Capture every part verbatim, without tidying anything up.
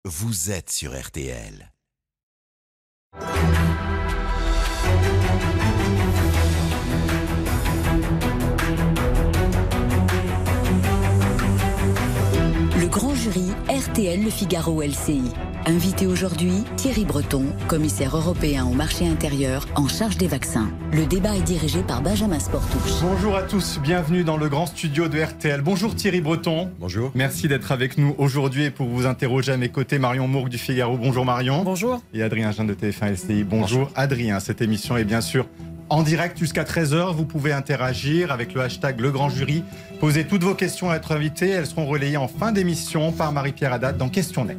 vous êtes sur R T L. Le grand jury R T L Le Figaro L C I. Invité aujourd'hui, Thierry Breton, commissaire européen au marché intérieur en charge des vaccins. Le débat est dirigé par Benjamin Sportouche. Bonjour à tous, bienvenue dans le grand studio de R T L. Bonjour Thierry Breton. Bonjour. Merci d'être avec nous aujourd'hui et pour vous interroger à mes côtés, Marion Mourgue du Figaro. Bonjour Marion. Bonjour. Et Adrien Jean de T F un L C I. Bonjour, Bonjour. Adrien, cette émission est bien sûr en direct jusqu'à treize heures. Vous pouvez interagir avec le hashtag Le Grand Jury. Posez toutes vos questions à notre invité. Elles seront relayées en fin d'émission par Marie-Pierre Haddad dans Question Net.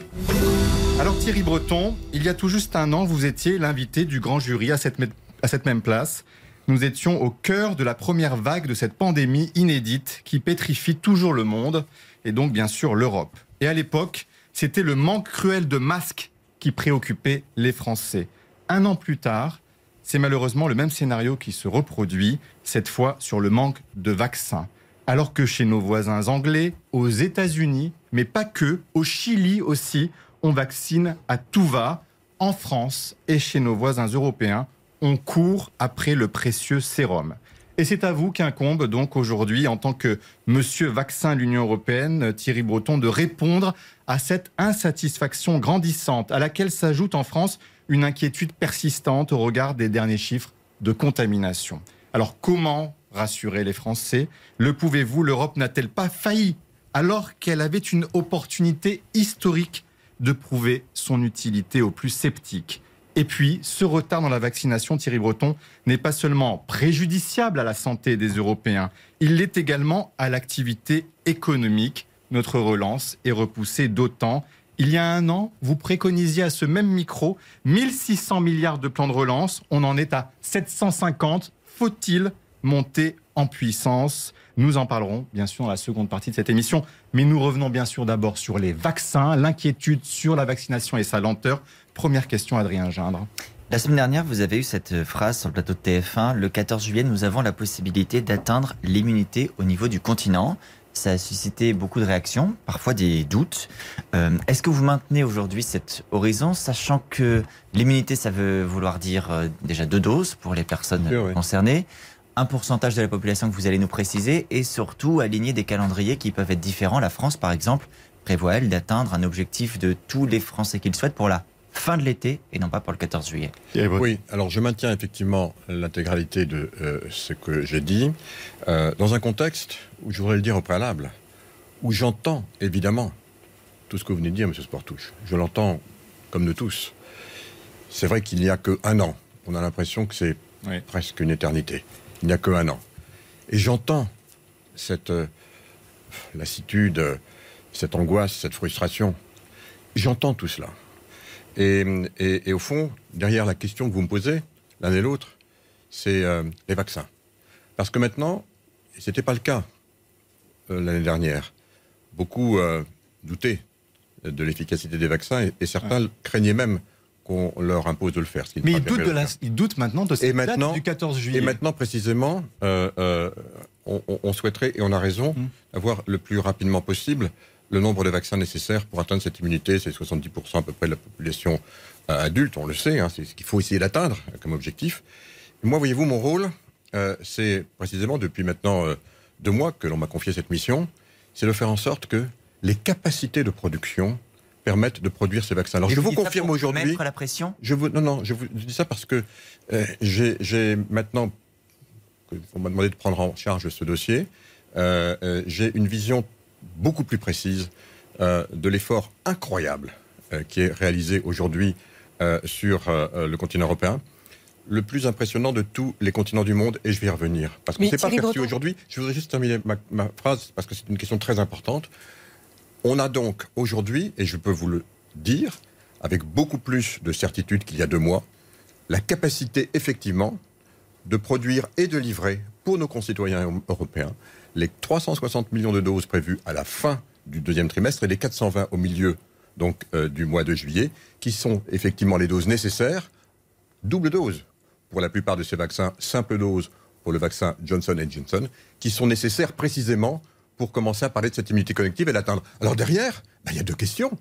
Alors Thierry Breton, il y a tout juste un an, vous étiez l'invité du grand jury à cette, à cette même place. Nous étions au cœur de la première vague de cette pandémie inédite qui pétrifie toujours le monde et donc bien sûr l'Europe. Et à l'époque, c'était le manque cruel de masques qui préoccupait les Français. Un an plus tard, c'est malheureusement le même scénario qui se reproduit, cette fois sur le manque de vaccins. Alors que chez nos voisins anglais, aux États-Unis, mais pas que, au Chili aussi, on vaccine à tout va. En France et chez nos voisins européens, on court après le précieux sérum. Et c'est à vous qu'incombe donc aujourd'hui, en tant que monsieur vaccin de l'Union européenne, Thierry Breton, de répondre à cette insatisfaction grandissante à laquelle s'ajoute en France une inquiétude persistante au regard des derniers chiffres de contamination. Alors comment rassurer les Français ? Le pouvez-vous ? L'Europe n'a-t-elle pas failli alors qu'elle avait une opportunité historique de prouver son utilité aux plus sceptiques ? Et puis, ce retard dans la vaccination, Thierry Breton, n'est pas seulement préjudiciable à la santé des Européens, il l'est également à l'activité économique. Notre relance est repoussée d'autant. Il y a un an, vous préconisiez à ce même micro mille six cents milliards de plans de relance. On en est à sept cent cinquante. Faut-il monter en puissance ? Nous en parlerons bien sûr dans la seconde partie de cette émission. Mais nous revenons bien sûr d'abord sur les vaccins, l'inquiétude sur la vaccination et sa lenteur. Première question, Adrien Gindre. La semaine dernière, vous avez eu cette phrase sur le plateau de T F un. Le quatorze juillet, nous avons la possibilité d'atteindre l'immunité au niveau du continent. Ça a suscité beaucoup de réactions, parfois des doutes. Euh, est-ce que vous maintenez aujourd'hui cet horizon, sachant que l'immunité, ça veut vouloir dire euh, déjà deux doses pour les personnes oui, oui. concernées, un pourcentage de la population que vous allez nous préciser, et surtout aligner des calendriers qui peuvent être différents. La France, par exemple, prévoit, elle, d'atteindre un objectif de tous les Français qui le souhaitent pour la fin de l'été et non pas pour le quatorze juillet. Oui, alors je maintiens effectivement l'intégralité de euh, ce que j'ai dit, euh, dans un contexte où je voudrais le dire au préalable, où j'entends évidemment tout ce que vous venez de dire, M. Sportouche. Je l'entends comme de tous. C'est vrai qu'il n'y a qu'un an. On a l'impression que c'est oui. presque une éternité. Il n'y a qu'un an. Et j'entends cette euh, lassitude, euh, cette angoisse, cette frustration. J'entends tout cela. Et, et, et au fond, derrière la question que vous me posez, l'un et l'autre, c'est euh, les vaccins. Parce que maintenant, et ce n'était pas le cas euh, l'année dernière, beaucoup euh, doutaient de l'efficacité des vaccins et, et certains ouais. craignaient même qu'on leur impose de le faire. Ce qui Mais ils doutent, de la, ils doutent maintenant de cette et maintenant, date du quatorze juillet. Et maintenant, précisément, euh, euh, on, on souhaiterait, et on a raison, mmh. avoir le plus rapidement possible le nombre de vaccins nécessaires pour atteindre cette immunité. C'est soixante-dix pour cent à peu près de la population euh, adulte, on le sait, hein, c'est ce qu'il faut essayer d'atteindre euh, comme objectif. Et moi, voyez-vous, mon rôle, euh, c'est précisément depuis maintenant euh, deux mois que l'on m'a confié cette mission, c'est de faire en sorte que les capacités de production permettent de produire ces vaccins. Alors et je vous, vous confirme aujourd'hui... mettre la pression je vous, Non, non, je vous je dis ça parce que euh, j'ai, j'ai maintenant, on m'a demandé de prendre en charge ce dossier, euh, euh, j'ai une vision beaucoup plus précise euh, de l'effort incroyable euh, qui est réalisé aujourd'hui euh, sur euh, le continent européen, le plus impressionnant de tous les continents du monde, et je vais y revenir. Parce qu'on ne s'est pas perçu aujourd'hui. Je voudrais juste terminer ma, ma phrase, parce que c'est une question très importante. On a donc aujourd'hui, et je peux vous le dire, avec beaucoup plus de certitude qu'il y a deux mois, la capacité effectivement de produire et de livrer pour nos concitoyens européens les trois cent soixante millions de doses prévues à la fin du deuxième trimestre et les quatre cent vingt au milieu donc, euh, du mois de juillet, qui sont effectivement les doses nécessaires, double dose pour la plupart de ces vaccins, simple dose pour le vaccin Johnson and Johnson, qui sont nécessaires précisément pour commencer à parler de cette immunité collective et l'atteindre. Alors derrière, bah, il y a deux questions.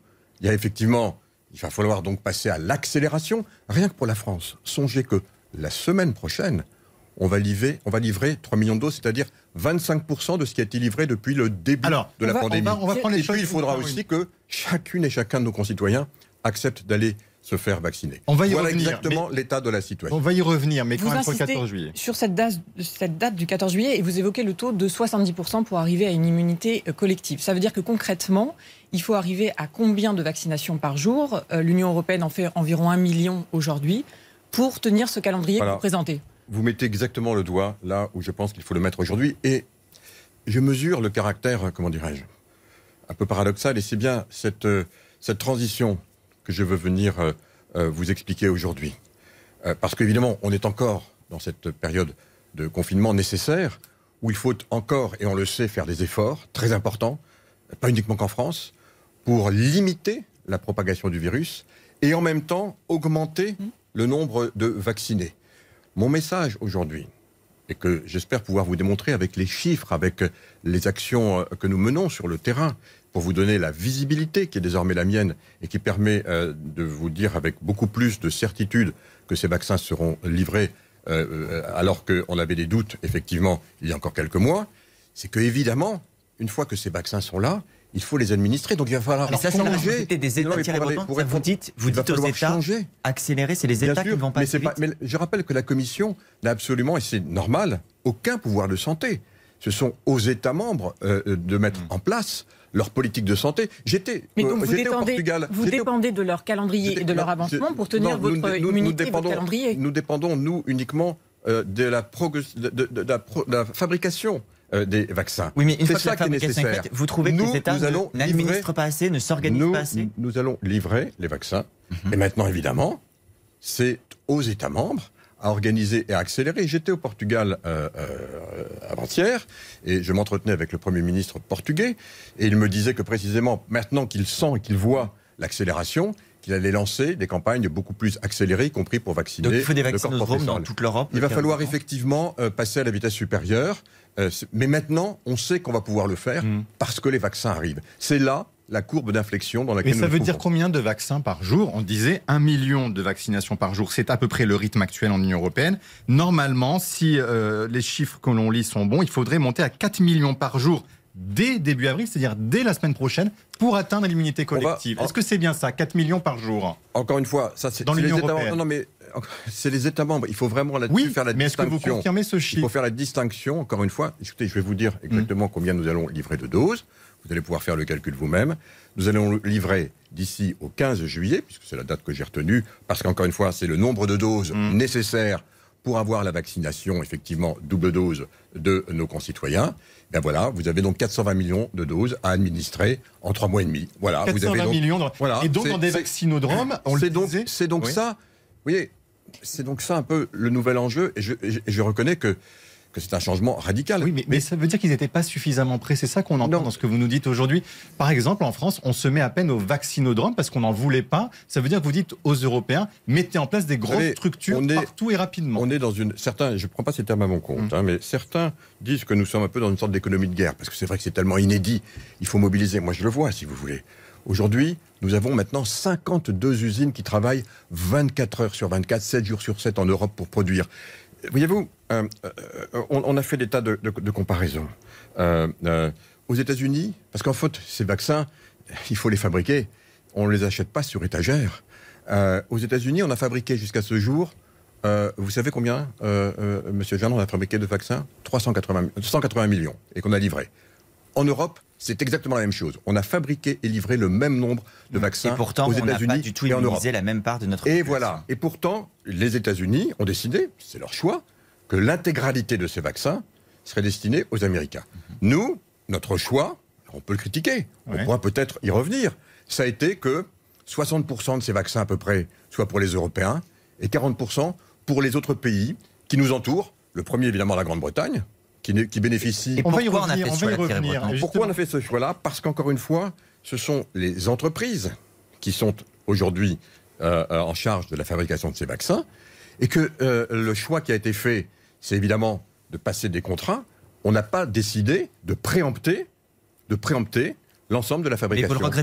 il y a effectivement, il va falloir donc passer à l'accélération, rien que pour la France. Songez que la semaine prochaine, on va livrer, on va livrer trois millions de doses, c'est-à-dire vingt-cinq pour cent de ce qui a été livré depuis le début Alors, de la va, pandémie. On va, on va prendre les et puis, il faudra oui. aussi que chacune et chacun de nos concitoyens accepte d'aller se faire vacciner. On va y voilà revenir, exactement l'état de la situation. On va y revenir, mais Vous quand même pour le insistez quatorze juillet. sur cette date, cette date du quatorze juillet et vous évoquez le taux de soixante-dix pour cent pour arriver à une immunité collective. Ça veut dire que concrètement, il faut arriver à combien de vaccinations par jour ? euh, L'Union européenne en fait environ un million aujourd'hui pour tenir ce calendrier Voilà. que vous présentez. Vous mettez exactement le doigt là où je pense qu'il faut le mettre aujourd'hui. Et je mesure le caractère, comment dirais-je, un peu paradoxal. Et c'est bien cette, euh, cette transition que je veux venir euh, euh, vous expliquer aujourd'hui. Euh, parce qu'évidemment, on est encore dans cette période de confinement nécessaire, où il faut encore, et on le sait, faire des efforts très importants, pas uniquement qu'en France, pour limiter la propagation du virus et en même temps augmenter mmh. le nombre de vaccinés. Mon message aujourd'hui, et que j'espère pouvoir vous démontrer avec les chiffres, avec les actions que nous menons sur le terrain, pour vous donner la visibilité qui est désormais la mienne et qui permet euh, de vous dire avec beaucoup plus de certitude que ces vaccins seront livrés euh, alors qu'on avait des doutes, effectivement, il y a encore quelques mois, c'est que évidemment, une fois que ces vaccins sont là, il faut les administrer. Donc il va falloir mais ça, changer. C'est la responsabilité des États, non, Thierry Breton. pour Ça, vous dites, vous dites aux États, changer. accélérer, c'est les États Bien qui sûr, ne vont pas mais, assez vite. pas, mais je rappelle que la Commission n'a absolument, et c'est normal, aucun pouvoir de santé. Ce sont aux États membres euh, de mettre mmh. en place leur politique de santé. J'étais, mais donc euh, vous, j'étais au Portugal. Vous dépendez au... de leur calendrier et de leur avancement pour tenir non, votre nous, nous, immunité nous et votre calendrier. Nous dépendons, nous, uniquement euh, de, la progr... de, de, de, la pro... de la fabrication euh, des vaccins. Oui, mais une c'est fois que ça la qui est fabrication nécessaire. est faite, vous trouvez que nous, les États n'administrent livrer... pas assez, ne s'organisent pas assez ? Nous allons livrer les vaccins. Mm-hmm. Et maintenant, évidemment, c'est aux États membres à organiser et à accélérer. J'étais au Portugal euh, euh, avant-hier et je m'entretenais avec le Premier ministre portugais et il me disait que précisément maintenant qu'il sent et qu'il voit l'accélération, qu'il allait lancer des campagnes beaucoup plus accélérées, y compris pour vacciner. Donc il faut des vaccinodromes dans toute l'Europe. Il va falloir effectivement euh, passer à la vitesse supérieure, euh, mais maintenant on sait qu'on va pouvoir le faire mmh. parce que les vaccins arrivent. C'est là la courbe d'inflexion dans laquelle nous nous Et ça veut trouvons. dire combien de vaccins par jour ? On disait un million de vaccinations par jour. C'est à peu près le rythme actuel en Union européenne. Normalement, si euh, les chiffres que l'on lit sont bons, il faudrait monter à quatre millions par jour dès début avril, c'est-à-dire dès la semaine prochaine, pour atteindre l'immunité collective. Va... Est-ce que c'est bien ça, quatre millions par jour ? Encore une fois, ça c'est dans l'Union les États européenne. Non, non, mais c'est les États membres. Il faut vraiment là-dessus oui, faire la mais distinction. Est-ce que vous confirmez ce chiffre ? Il faut faire la distinction. Encore une fois, écoutez, je vais vous dire exactement mmh. combien nous allons livrer de doses. Vous allez pouvoir faire le calcul vous-même. Nous allons livrer d'ici au quinze juillet, puisque c'est la date que j'ai retenue, parce qu'encore une fois, c'est le nombre de doses mmh. nécessaires pour avoir la vaccination, effectivement, double dose de nos concitoyens. Ben voilà, vous avez donc quatre cent vingt millions de doses à administrer en trois mois et demi. Voilà, quatre cent vingt vous avez donc, millions. Dans... Voilà, et donc dans des vaccinodromes, on c'est le donc, disait. C'est donc oui. ça, vous voyez, c'est donc ça un peu le nouvel enjeu. Et je, et je, et je reconnais que que c'est un changement radical. Oui, mais, mais ça veut dire qu'ils n'étaient pas suffisamment prêts. C'est ça qu'on entend non. dans ce que vous nous dites aujourd'hui. Par exemple, en France, on se met à peine au vaccinodrome parce qu'on n'en voulait pas. Ça veut dire que vous dites aux Européens, mettez en place des grosses Allez, structures est, partout et rapidement. On est dans une... Certains, je ne prends pas ces termes à mon compte, mmh. hein, mais certains disent que nous sommes un peu dans une sorte d'économie de guerre, parce que c'est vrai que c'est tellement inédit. Il faut mobiliser. Moi, je le vois, si vous voulez. Aujourd'hui, nous avons maintenant cinquante-deux usines qui travaillent vingt-quatre heures sur vingt-quatre, sept jours sur sept en Europe pour produire. Voyez-vous, euh, euh, on, on a fait des tas de, de, de comparaisons. Euh, euh, aux États-Unis, parce qu'en fait, ces vaccins, il faut les fabriquer. On ne les achète pas sur étagère. Euh, aux États-Unis, on a fabriqué jusqu'à ce jour, euh, vous savez combien, euh, euh, Monsieur Jeanne, on a fabriqué de vaccins trois cent quatre-vingts, cent quatre-vingts millions, et qu'on a livré. En Europe, c'est exactement la même chose. On a fabriqué et livré le même nombre de vaccins et pourtant, aux États-Unis on n'a pas du tout et en Europe. immunisé la même part de notre Et population. voilà. Et pourtant, les États-Unis ont décidé, c'est leur choix, que l'intégralité de ces vaccins serait destinée aux Américains. Mm-hmm. Nous, notre choix, on peut le critiquer, ouais. on pourra peut-être y revenir, ça a été que soixante pour cent de ces vaccins à peu près soient pour les Européens et quarante pour cent pour les autres pays qui nous entourent. Le premier, évidemment, la Grande-Bretagne, qui, qui bénéficie... Et pourquoi on, on a fait on ce choix-là, revenir, Pourquoi on a fait ce choix-là ? Parce qu'encore une fois, ce sont les entreprises qui sont aujourd'hui euh, en charge de la fabrication de ces vaccins et que euh, le choix qui a été fait, c'est évidemment de passer des contrats. On n'a pas décidé de préempter, de préempter l'ensemble de la fabrication. Mais vous ne le regrettez pas ?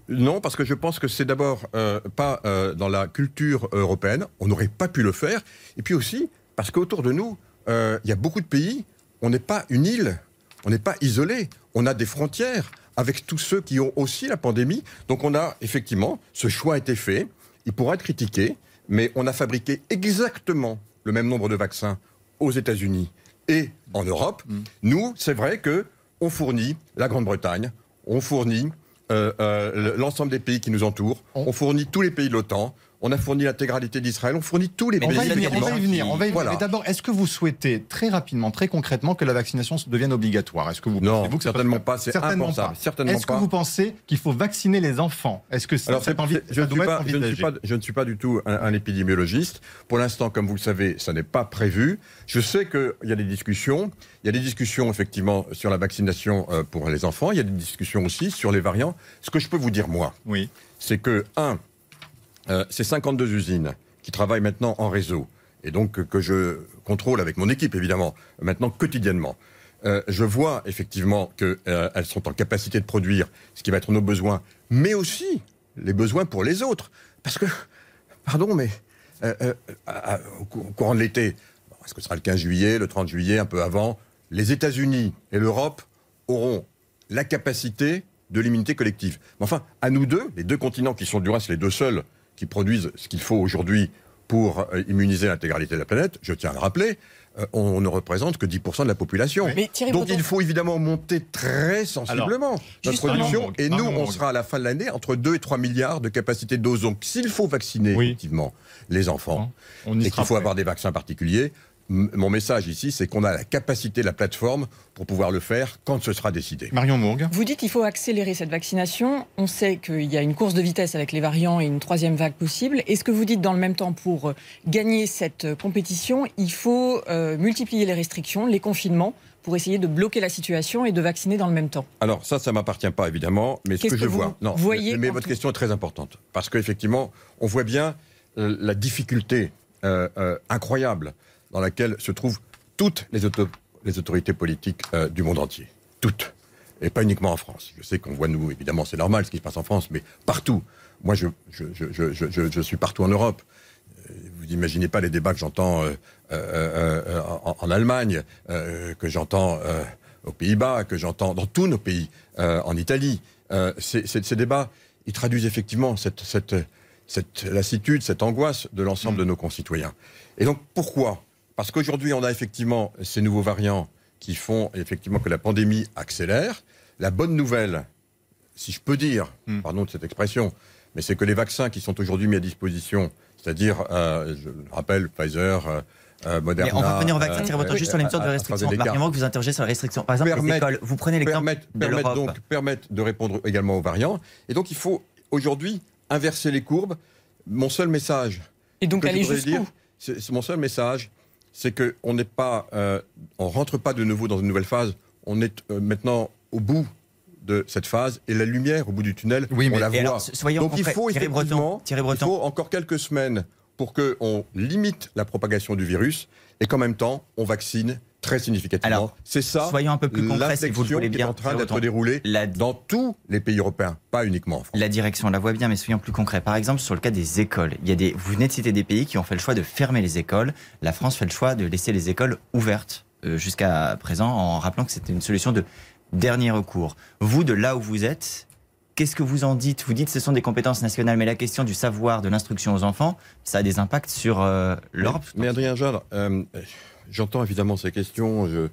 Non, parce que je pense que c'est d'abord euh, pas euh, dans la culture européenne. On n'aurait pas pu le faire. Et puis aussi, parce qu'autour de nous, il euh, y a beaucoup de pays. On n'est pas une île. On n'est pas isolé. On a des frontières avec tous ceux qui ont aussi la pandémie. Donc on a effectivement, ce choix a été fait. Il pourra être critiqué, mais on a fabriqué exactement le même nombre de vaccins aux États-Unis et en Europe. Mmh. Nous, c'est vrai que on fournit la Grande-Bretagne, on fournit euh, euh, l'ensemble des pays qui nous entourent, on... on fournit tous les pays de l'OTAN. On a fourni l'intégralité d'Israël, on fournit tous les on pays. Va y venir, on va y venir, on va y venir. Voilà. Mais d'abord, est-ce que vous souhaitez très rapidement, très concrètement, que la vaccination devienne obligatoire? Est-ce que vous non, pensez-vous que certainement pas, c'est certainement impensable. Pas. Certainement est-ce que pas. vous pensez qu'il faut vacciner les enfants? Est-ce que ça, Alors, ça c'est, envie, je, ça ne suis pas, je, ne suis pas, je ne suis pas du tout un, un épidémiologiste. Pour l'instant, comme vous le savez, ça n'est pas prévu. Je sais qu'il y a des discussions. Il y a des discussions, effectivement, sur la vaccination euh, pour les enfants. Il y a des discussions aussi sur les variants. Ce que je peux vous dire, moi, oui. c'est que, un, euh, c'est cinquante-deux usines qui travaillent maintenant en réseau, et donc que je contrôle avec mon équipe, évidemment, maintenant quotidiennement. Euh, je vois effectivement qu'elles euh, sont en capacité de produire ce qui va être nos besoins, mais aussi les besoins pour les autres. Parce que, pardon, mais euh, euh, à, au courant de l'été, bon, est-ce que ce sera le quinze juillet, le trente juillet, un peu avant, les États-Unis et l'Europe auront la capacité de l'immunité collective. Mais enfin, à nous deux, les deux continents qui sont du reste les deux seuls qui produisent ce qu'il faut aujourd'hui pour euh, immuniser l'intégralité de la planète, je tiens à le rappeler, euh, on, on ne représente que dix pour cent de la population. Mais Donc Breton... il faut évidemment monter très sensiblement Alors, notre production. Et nous, on sera à la fin de l'année entre deux et trois milliards de capacité de dose. Donc s'il faut vacciner oui. effectivement les enfants, on et qu'il faut prêt. avoir des vaccins particuliers, mon message ici, c'est qu'on a la capacité, la plateforme pour pouvoir le faire quand ce sera décidé. Marion Mourgue. Vous dites qu'il faut accélérer cette vaccination. On sait qu'il y a une course de vitesse avec les variants et une troisième vague possible. Est-ce que vous dites dans le même temps, pour gagner cette compétition, il faut euh, multiplier les restrictions, les confinements, pour essayer de bloquer la situation et de vacciner dans le même temps? Alors ça, ça ne m'appartient pas évidemment, mais Qu'est-ce ce que, que je vous vois... Non, voyez mais votre tout... question est très importante, parce qu'effectivement, on voit bien euh, la difficulté euh, euh, incroyable dans laquelle se trouvent toutes les, auto- les autorités politiques euh, du monde entier. Toutes. Et pas uniquement en France. Je sais qu'on voit, nous, évidemment, c'est normal ce qui se passe en France, mais partout. Moi, je, je, je, je, je, je suis partout en Europe. Vous n'imaginez pas les débats que j'entends euh, euh, euh, en, en Allemagne, euh, que j'entends euh, aux Pays-Bas, que j'entends dans tous nos pays, euh, en Italie. Euh, c'est, c'est, ces débats, ils traduisent effectivement cette, cette, cette lassitude, cette angoisse de l'ensemble mmh. de nos concitoyens. Et donc, pourquoi ? Parce qu'aujourd'hui, on a effectivement ces nouveaux variants qui font effectivement que la pandémie accélère. La bonne nouvelle, si je peux dire, mmh. pardon de cette expression, mais c'est que les vaccins qui sont aujourd'hui mis à disposition, c'est-à-dire, euh, je le rappelle, Pfizer, euh, euh, Moderna... Mais on va revenir au vaccin, Thierry Breton, juste sur les mesures de restriction. Marion, que vous interrogez sur la restriction. Par exemple, les écoles, vous prenez l'exemple permettre, de permettre l'Europe. Donc, permettre de répondre également aux variants. Et donc, il faut aujourd'hui inverser les courbes. Mon seul message... Et donc, aller jusqu'où dire, c'est, c'est mon seul message... c'est qu'on n'est pas, euh, on rentre pas de nouveau dans une nouvelle phase. On est euh, maintenant au bout de cette phase et la lumière au bout du tunnel, oui, on la voit. Alors, soyons Donc concrets. il faut Thierry effectivement, Breton, Thierry Breton. il faut encore quelques semaines pour que on limite la propagation du virus et qu'en même temps on vaccine très significativement. Alors, c'est ça. Soyons un peu plus concrets, si vous le voulez bien. Qui est en train d'être déroulée la... dans tous les pays européens, pas uniquement en France. La direction, on la voit bien, mais soyons plus concrets. Par exemple, sur le cas des écoles, il y a des, vous venez de citer des pays qui ont fait le choix de fermer les écoles. La France fait le choix de laisser les écoles ouvertes euh, jusqu'à présent, en rappelant que c'était une solution de dernier recours. Vous, de là où vous êtes, qu'est-ce que vous en dites ? Vous dites que ce sont des compétences nationales, mais la question du savoir, de l'instruction aux enfants, ça a des impacts sur euh, l'Europe. Mais, mais Adrien Jard, euh, j'entends évidemment ces questions, je,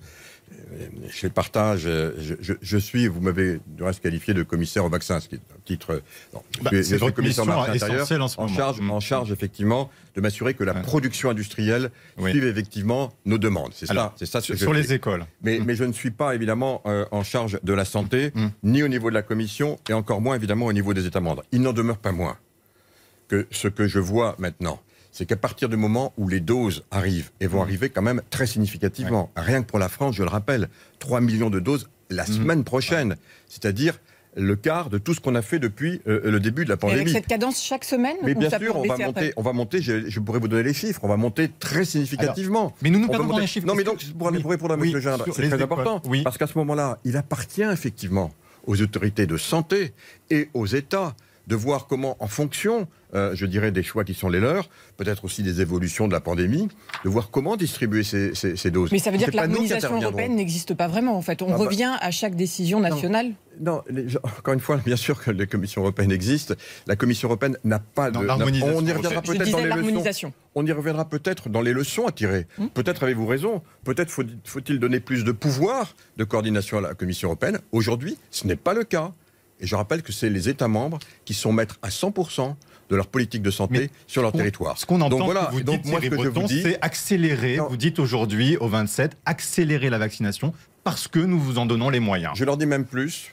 je les partage, je, je, je suis, vous m'avez du reste qualifié de commissaire au vaccin, ce qui est un titre... Non, je bah, suis, c'est je suis commissaire au marché intérieur, en, en, charge, mmh. en charge effectivement de m'assurer que la ouais. production industrielle oui. suive effectivement nos demandes. C'est Alors, ça, c'est ça ce que sur je les fais. écoles. Mais, mmh. mais je ne suis pas évidemment euh, en charge de la santé, mmh. ni au niveau de la Commission, et encore moins évidemment au niveau des États membres. Il n'en demeure pas moins que ce que je vois maintenant, c'est qu'à partir du moment où les doses arrivent, et vont mmh. arriver quand même très significativement, ouais. rien que pour la France, je le rappelle, trois millions de doses la mmh. semaine prochaine, ouais. c'est-à-dire le quart de tout ce qu'on a fait depuis euh, le début de la pandémie. Et avec cette cadence chaque semaine ? Mais bien sûr, on va, monter, on va monter, je, je pourrais vous donner les chiffres, on va monter très significativement. Alors, mais nous nous on perdons monter... les chiffres. Non mais donc, pour, oui, pour répondre à oui, M. Gindre, c'est très écoles, important, oui. parce qu'à ce moment-là, il appartient effectivement aux autorités de santé et aux États de voir comment, en fonction, euh, je dirais, des choix qui sont les leurs, peut-être aussi des évolutions de la pandémie, de voir comment distribuer ces, ces, ces doses. Mais ça veut dire C'est que l'harmonisation européenne n'existe pas vraiment, en fait. On ah bah, revient à chaque décision nationale. Non, non les, encore une fois, bien sûr que la Commission européenne existe. La Commission européenne n'a pas de... Non, on y reviendra peut-être dans les leçons. On y reviendra peut-être dans les leçons à tirer. Hum. Peut-être avez-vous raison. Peut-être faut, faut-il donner plus de pouvoir de coordination à la Commission européenne. Aujourd'hui, ce n'est pas le cas. Et je rappelle que c'est les États membres qui sont maîtres à cent pour cent de leur politique de santé mais sur leur territoire. Ce qu'on entend, donc, voilà. que vous donc, dites, moi, ce que Breton, je vous dis, c'est accélérer. Non. Vous dites aujourd'hui, au vingt-sept, accélérer la vaccination parce que nous vous en donnons les moyens. Je leur dis même plus.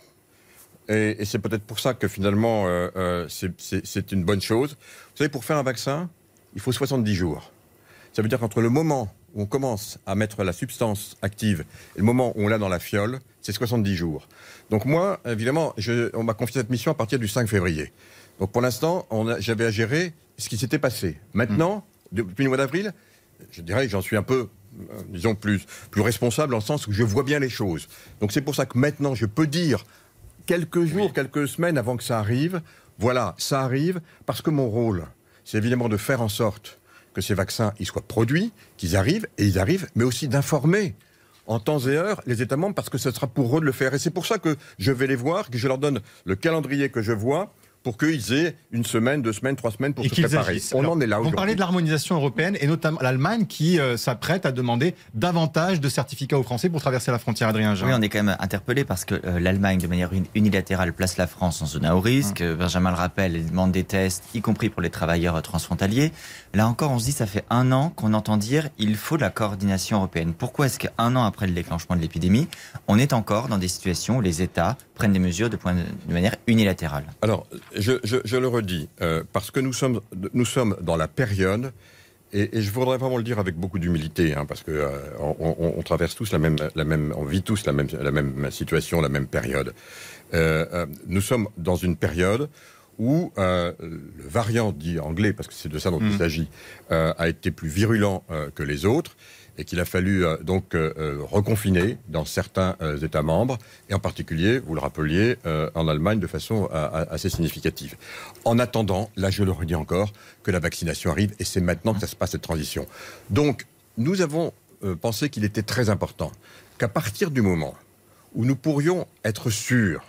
Et, et c'est peut-être pour ça que finalement, euh, euh, c'est, c'est, c'est une bonne chose. Vous savez, pour faire un vaccin, il faut soixante-dix jours. Ça veut dire qu'entre le moment où on commence à mettre la substance active et le moment où on l'a dans la fiole, c'est soixante-dix jours. Donc moi, évidemment, je, on m'a confié cette mission à partir du cinq février. Donc pour l'instant, on a, j'avais à gérer ce qui s'était passé. Maintenant, mmh. depuis le mois d'avril, je dirais que j'en suis un peu, euh, disons, plus, plus responsable, dans le sens où je vois bien les choses. Donc c'est pour ça que maintenant, je peux dire, quelques jours, oui. quelques semaines avant que ça arrive, voilà, ça arrive, parce que mon rôle, c'est évidemment de faire en sorte que ces vaccins ils soient produits, qu'ils arrivent, et ils arrivent, mais aussi d'informer en temps et heure les États membres, parce que ce sera pour eux de le faire. Et c'est pour ça que je vais les voir, que je leur donne le calendrier que je vois, pour qu'ils aient une semaine, deux semaines, trois semaines pour et se préparer. Agissent. On Alors, en est là aujourd'hui. Vous parlez de l'harmonisation européenne et notamment l'Allemagne qui euh, s'apprête à demander davantage de certificats aux Français pour traverser la frontière. Adrien Jean. Oui, on est quand même interpellé parce que euh, l'Allemagne, de manière unilatérale, place la France en zone à haut risque. Hum. Benjamin le rappelle, elle demande des tests, y compris pour les travailleurs transfrontaliers. Là encore, on se dit, ça fait un an qu'on entend dire il faut de la coordination européenne. Pourquoi est-ce qu'un an après le déclenchement de l'épidémie, on est encore dans des situations où les États prennent des mesures de, point de, de manière unilatérale? Alors, Je, je, je le redis, euh, parce que nous sommes, nous sommes dans la période, et, et je voudrais vraiment le dire avec beaucoup d'humilité, hein, parce que euh, on, on, on traverse tous la même, la même, on vit tous la même, la même situation, la même période. Euh, euh, nous sommes dans une période où euh, le variant dit anglais, parce que c'est de ça dont mmh. il s'agit, euh, a été plus virulent euh, que les autres. Et qu'il a fallu euh, donc euh, reconfiner dans certains euh, États membres, et en particulier, vous le rappeliez, euh, en Allemagne de façon à, à, assez significative. En attendant, là je le redis encore, que la vaccination arrive, et c'est maintenant que ça se passe cette transition. Donc, nous avons euh, pensé qu'il était très important qu'à partir du moment où nous pourrions être sûrs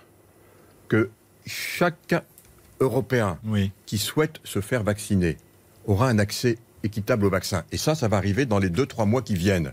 que chaque Européen oui. qui souhaite se faire vacciner aura un accès équitable au vaccin. Et ça, ça va arriver dans les deux, trois mois qui viennent.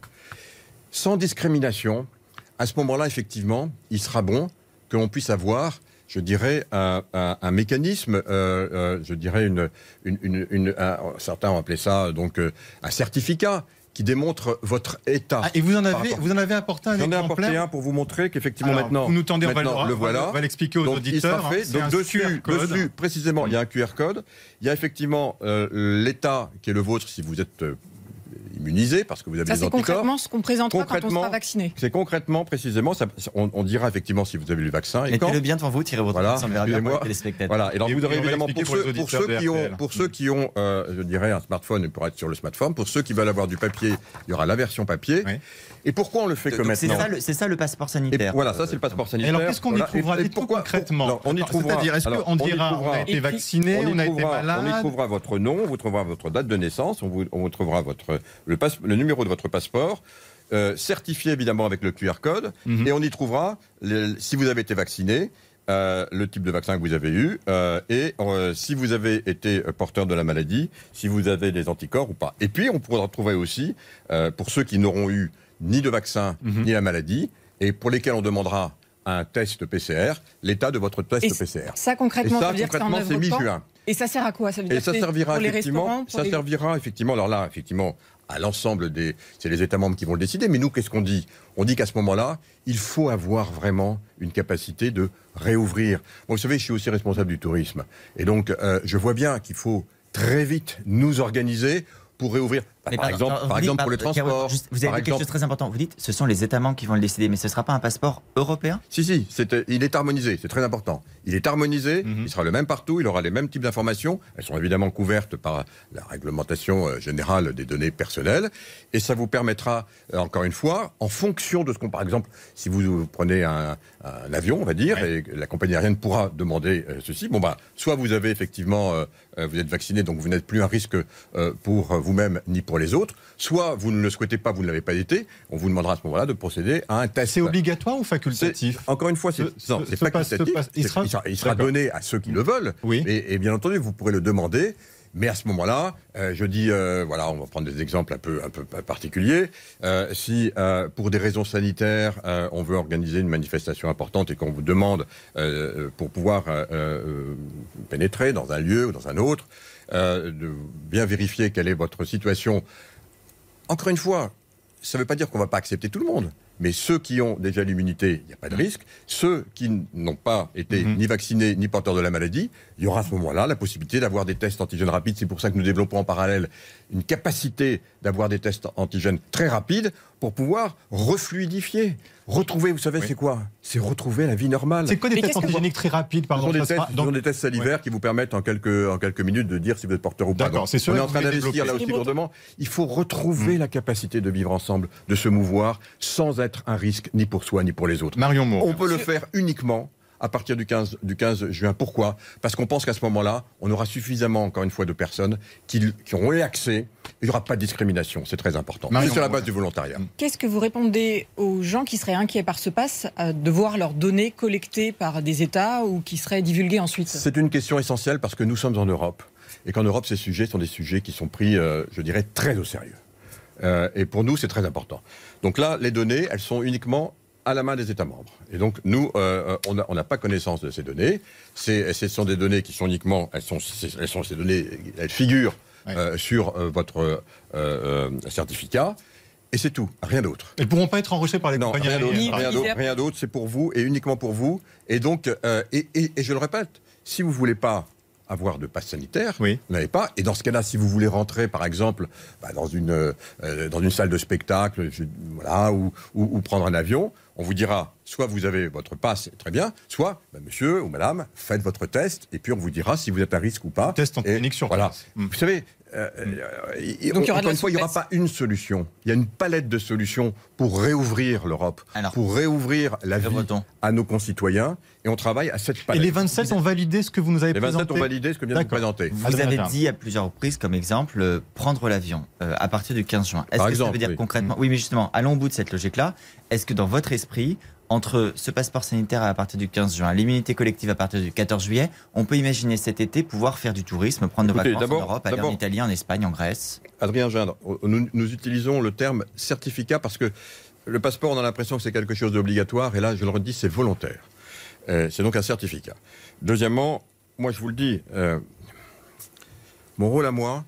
Sans discrimination, à ce moment-là, effectivement, il sera bon que l'on puisse avoir, je dirais, un, un, un mécanisme, euh, euh, je dirais, une, une, une, une, un, certains ont appelé ça donc euh, un certificat qui démontre votre état. Ah, et vous en avez, vous en avez apporté un J'en exemplaire. ai apporté un pour vous montrer qu'effectivement Alors, maintenant, vous nous tendez, maintenant on va le, le voilà. On va l'expliquer aux donc, auditeurs. Il sera fait. Hein, donc dessus, dessus, précisément, il y a un Q R code. Il y a effectivement euh, l'état qui est le vôtre si vous êtes euh, immunisé, parce que vous avez ça, des anticorps. Ça, c'est concrètement ce qu'on présentera quand on sera vacciné. C'est concrètement, précisément, ça, on, on dira effectivement si vous avez eu le vaccin. Et mettez-le bien devant vous, tirez votre voilà, on verra bien pour les téléspectateurs. Voilà, et alors et vous aurez évidemment, pour ceux, pour ceux qui ont, R T L. pour ceux qui ont euh, je dirais, un smartphone pour être sur le smartphone, pour ceux qui veulent avoir du papier, il y aura la version papier. Oui. Et pourquoi on le fait que maintenant c'est ça, le, c'est ça le passeport sanitaire. Et voilà, ça c'est le passeport sanitaire. Et alors qu'est-ce qu'on voilà. y trouvera et, et pourquoi, concrètement alors, on y trouvera. C'est-à-dire, est-ce qu'on dira on a été vacciné, on a été malade? On y trouvera votre nom, vous trouverez votre date de naissance, on vous, on vous trouvera votre, le, passe, le numéro de votre passeport, euh, certifié évidemment avec le Q R code, mm-hmm. et on y trouvera, le, si vous avez été vacciné, Euh, le type de vaccin que vous avez eu euh, et euh, si vous avez été porteur de la maladie, si vous avez des anticorps ou pas. Et puis on pourra trouver aussi, euh, pour ceux qui n'auront eu ni de vaccin mm-hmm. ni la maladie, et pour lesquels on demandera un test P C R, l'état de votre test et P C R. Ça concrètement, et ça, ça veut dire concrètement que c'est, c'est mi-juin. Et ça sert à quoi? Ça veut dire et ça servira pour les effectivement, pour ça les... servira effectivement. Alors là, effectivement, à l'ensemble des, c'est les États membres qui vont le décider. Mais nous, qu'est-ce qu'on dit? On dit qu'à ce moment-là, il faut avoir vraiment une capacité de réouvrir. Bon, vous savez, je suis aussi responsable du tourisme, et donc euh, je vois bien qu'il faut très vite nous organiser pour réouvrir. Mais par pardon, exemple, alors, par vous exemple dites, pour les pardon, transports. juste, vous avez par dit quelque exemple- chose de très important. Vous dites, ce sont les États membres qui vont le décider, mais ce ne sera pas un passeport européen? Si, si, c'est, euh, il est harmonisé, c'est très important. Il est harmonisé, Mhm. il sera le même partout, il aura les mêmes types d'informations. Elles sont évidemment couvertes par la réglementation euh, générale des données personnelles. Et ça vous permettra, euh, encore une fois, en fonction de ce qu'on... Par exemple, si vous, vous prenez un, un avion, on va dire, Ouais. et que la compagnie aérienne pourra demander euh, ceci, bon bah, soit vous avez effectivement... Euh, euh, vous êtes vacciné, donc vous n'êtes plus un risque euh, pour vous-même ni pour les autres. Soit vous ne le souhaitez pas, vous ne l'avez pas été. On vous demandera à ce moment-là de procéder à un test. C'est obligatoire ou facultatif? C'est- Encore une fois, c'est, Ce- non, ce- c'est ce passe- facultatif. ce passe- il C'est- sera- il sera, il sera D'accord. donné à ceux qui le veulent. Oui. Et, et bien entendu, vous pourrez le demander. Mais à ce moment-là, euh, je dis, euh, voilà, on va prendre des exemples un peu, un peu particuliers. Euh, si, euh, pour des raisons sanitaires, euh, on veut organiser une manifestation importante et qu'on vous demande, euh, pour pouvoir euh, euh, pénétrer dans un lieu ou dans un autre, euh, de bien vérifier quelle est votre situation. Encore une fois, ça ne veut pas dire qu'on ne va pas accepter tout le monde. Mais ceux qui ont déjà l'immunité, il n'y a pas de risque. Ceux qui n'ont pas été Mhm. ni vaccinés ni porteurs de la maladie, il y aura à ce moment-là la possibilité d'avoir des tests antigènes rapides. C'est pour ça que nous développons en parallèle une capacité d'avoir des tests antigènes très rapides pour pouvoir refluidifier. Retrouver, vous savez, Oui. c'est quoi? C'est retrouver la vie normale. C'est quoi des Mais tests qu'est-ce que antigéniques très rapides, Ce pardon? sont, des ça tests, sera- ce donc- sont des tests salivaires qui vous permettent en quelques, en quelques minutes de dire si vous êtes porteur ou pas. D'accord, Donc, c'est sûr on est que en vous train voulez d'investir là développer. aussi lourdement. Il faut retrouver la capacité de vivre ensemble, de se mouvoir, sans être un risque ni pour soi ni pour les autres. Marion Moore. On peut le faire uniquement à partir du quinze, du quinze juin. Pourquoi? Parce qu'on pense qu'à ce moment-là, on aura suffisamment, encore une fois, de personnes qui, qui auront eu accès. Il n'y aura pas de discrimination. C'est très important. Marion C'est sur la Moore. base du volontariat. Qu'est-ce que vous répondez aux gens qui seraient inquiets par ce pass, euh, de voir leurs données collectées par des États ou qui seraient divulguées ensuite? C'est une question essentielle parce que nous sommes en Europe. Et qu'en Europe, ces sujets sont des sujets qui sont pris, euh, je dirais, très au sérieux. Euh, et pour nous, c'est très important. Donc là, les données, elles sont uniquement à la main des États membres. Et donc, nous, euh, on n'a on n'a pas connaissance de ces données. C'est, ce sont des données qui sont uniquement... Elles sont, elles sont ces données, elles figurent Ouais. euh, sur euh, votre euh, euh, certificat. Et c'est tout, rien d'autre. Elles ne pourront pas être enregistrées par les Non, compagnies rien d'autre, aériennes. rien d'autre, rien d'autre, c'est pour vous et uniquement pour vous. Et donc, euh, et, et- et je le répète, si vous voulez pas avoir de passe sanitaire, Oui. vous n'avez pas. Et dans ce cas-là, si vous voulez rentrer, par exemple, bah, dans une euh, dans une salle de spectacle, je- voilà, ou, ou, ou prendre un avion, on vous dira soit vous avez votre passe, très bien, soit bah, monsieur ou madame, faites votre test, et puis on vous dira si vous êtes à risque ou pas. Test antigénique Et sur voilà. place. Mm. Vous savez. Euh, euh, et- Donc, il y aura de encore la une fois, il n'y aura souplesse. pas une solution. Il y a une palette de solutions pour réouvrir l'Europe, Alors, pour réouvrir la le vie breton. à nos concitoyens. Et on travaille à cette Et palette. les vingt-sept ont validé ce que vous nous avez Les présenté. vingt-sept ont validé ce que vient de vous D'accord. présenter. Vous Adrien avez Tarn. dit à plusieurs reprises, comme exemple, euh, prendre l'avion euh, à partir du quinze juin. Est-ce Par que exemple, ça veut dire oui. concrètement... Oui, mais justement, allons au bout de cette logique-là. Est-ce que dans votre esprit, entre ce passeport sanitaire à partir du quinze juin, l'immunité collective à partir du quatorze juillet, on peut imaginer cet été pouvoir faire du tourisme, prendre Écoutez, nos vacances en d'abord- Europe, aller en d'abord- Italie, en Espagne, en Grèce? Adrien Gindre, nous, nous utilisons le terme certificat parce que le passeport, on a l'impression que c'est quelque chose d'obligatoire, et là, je le redis, c'est volontaire. Euh, c'est donc un certificat. Deuxièmement, moi, je vous le dis, euh, mon rôle à moi,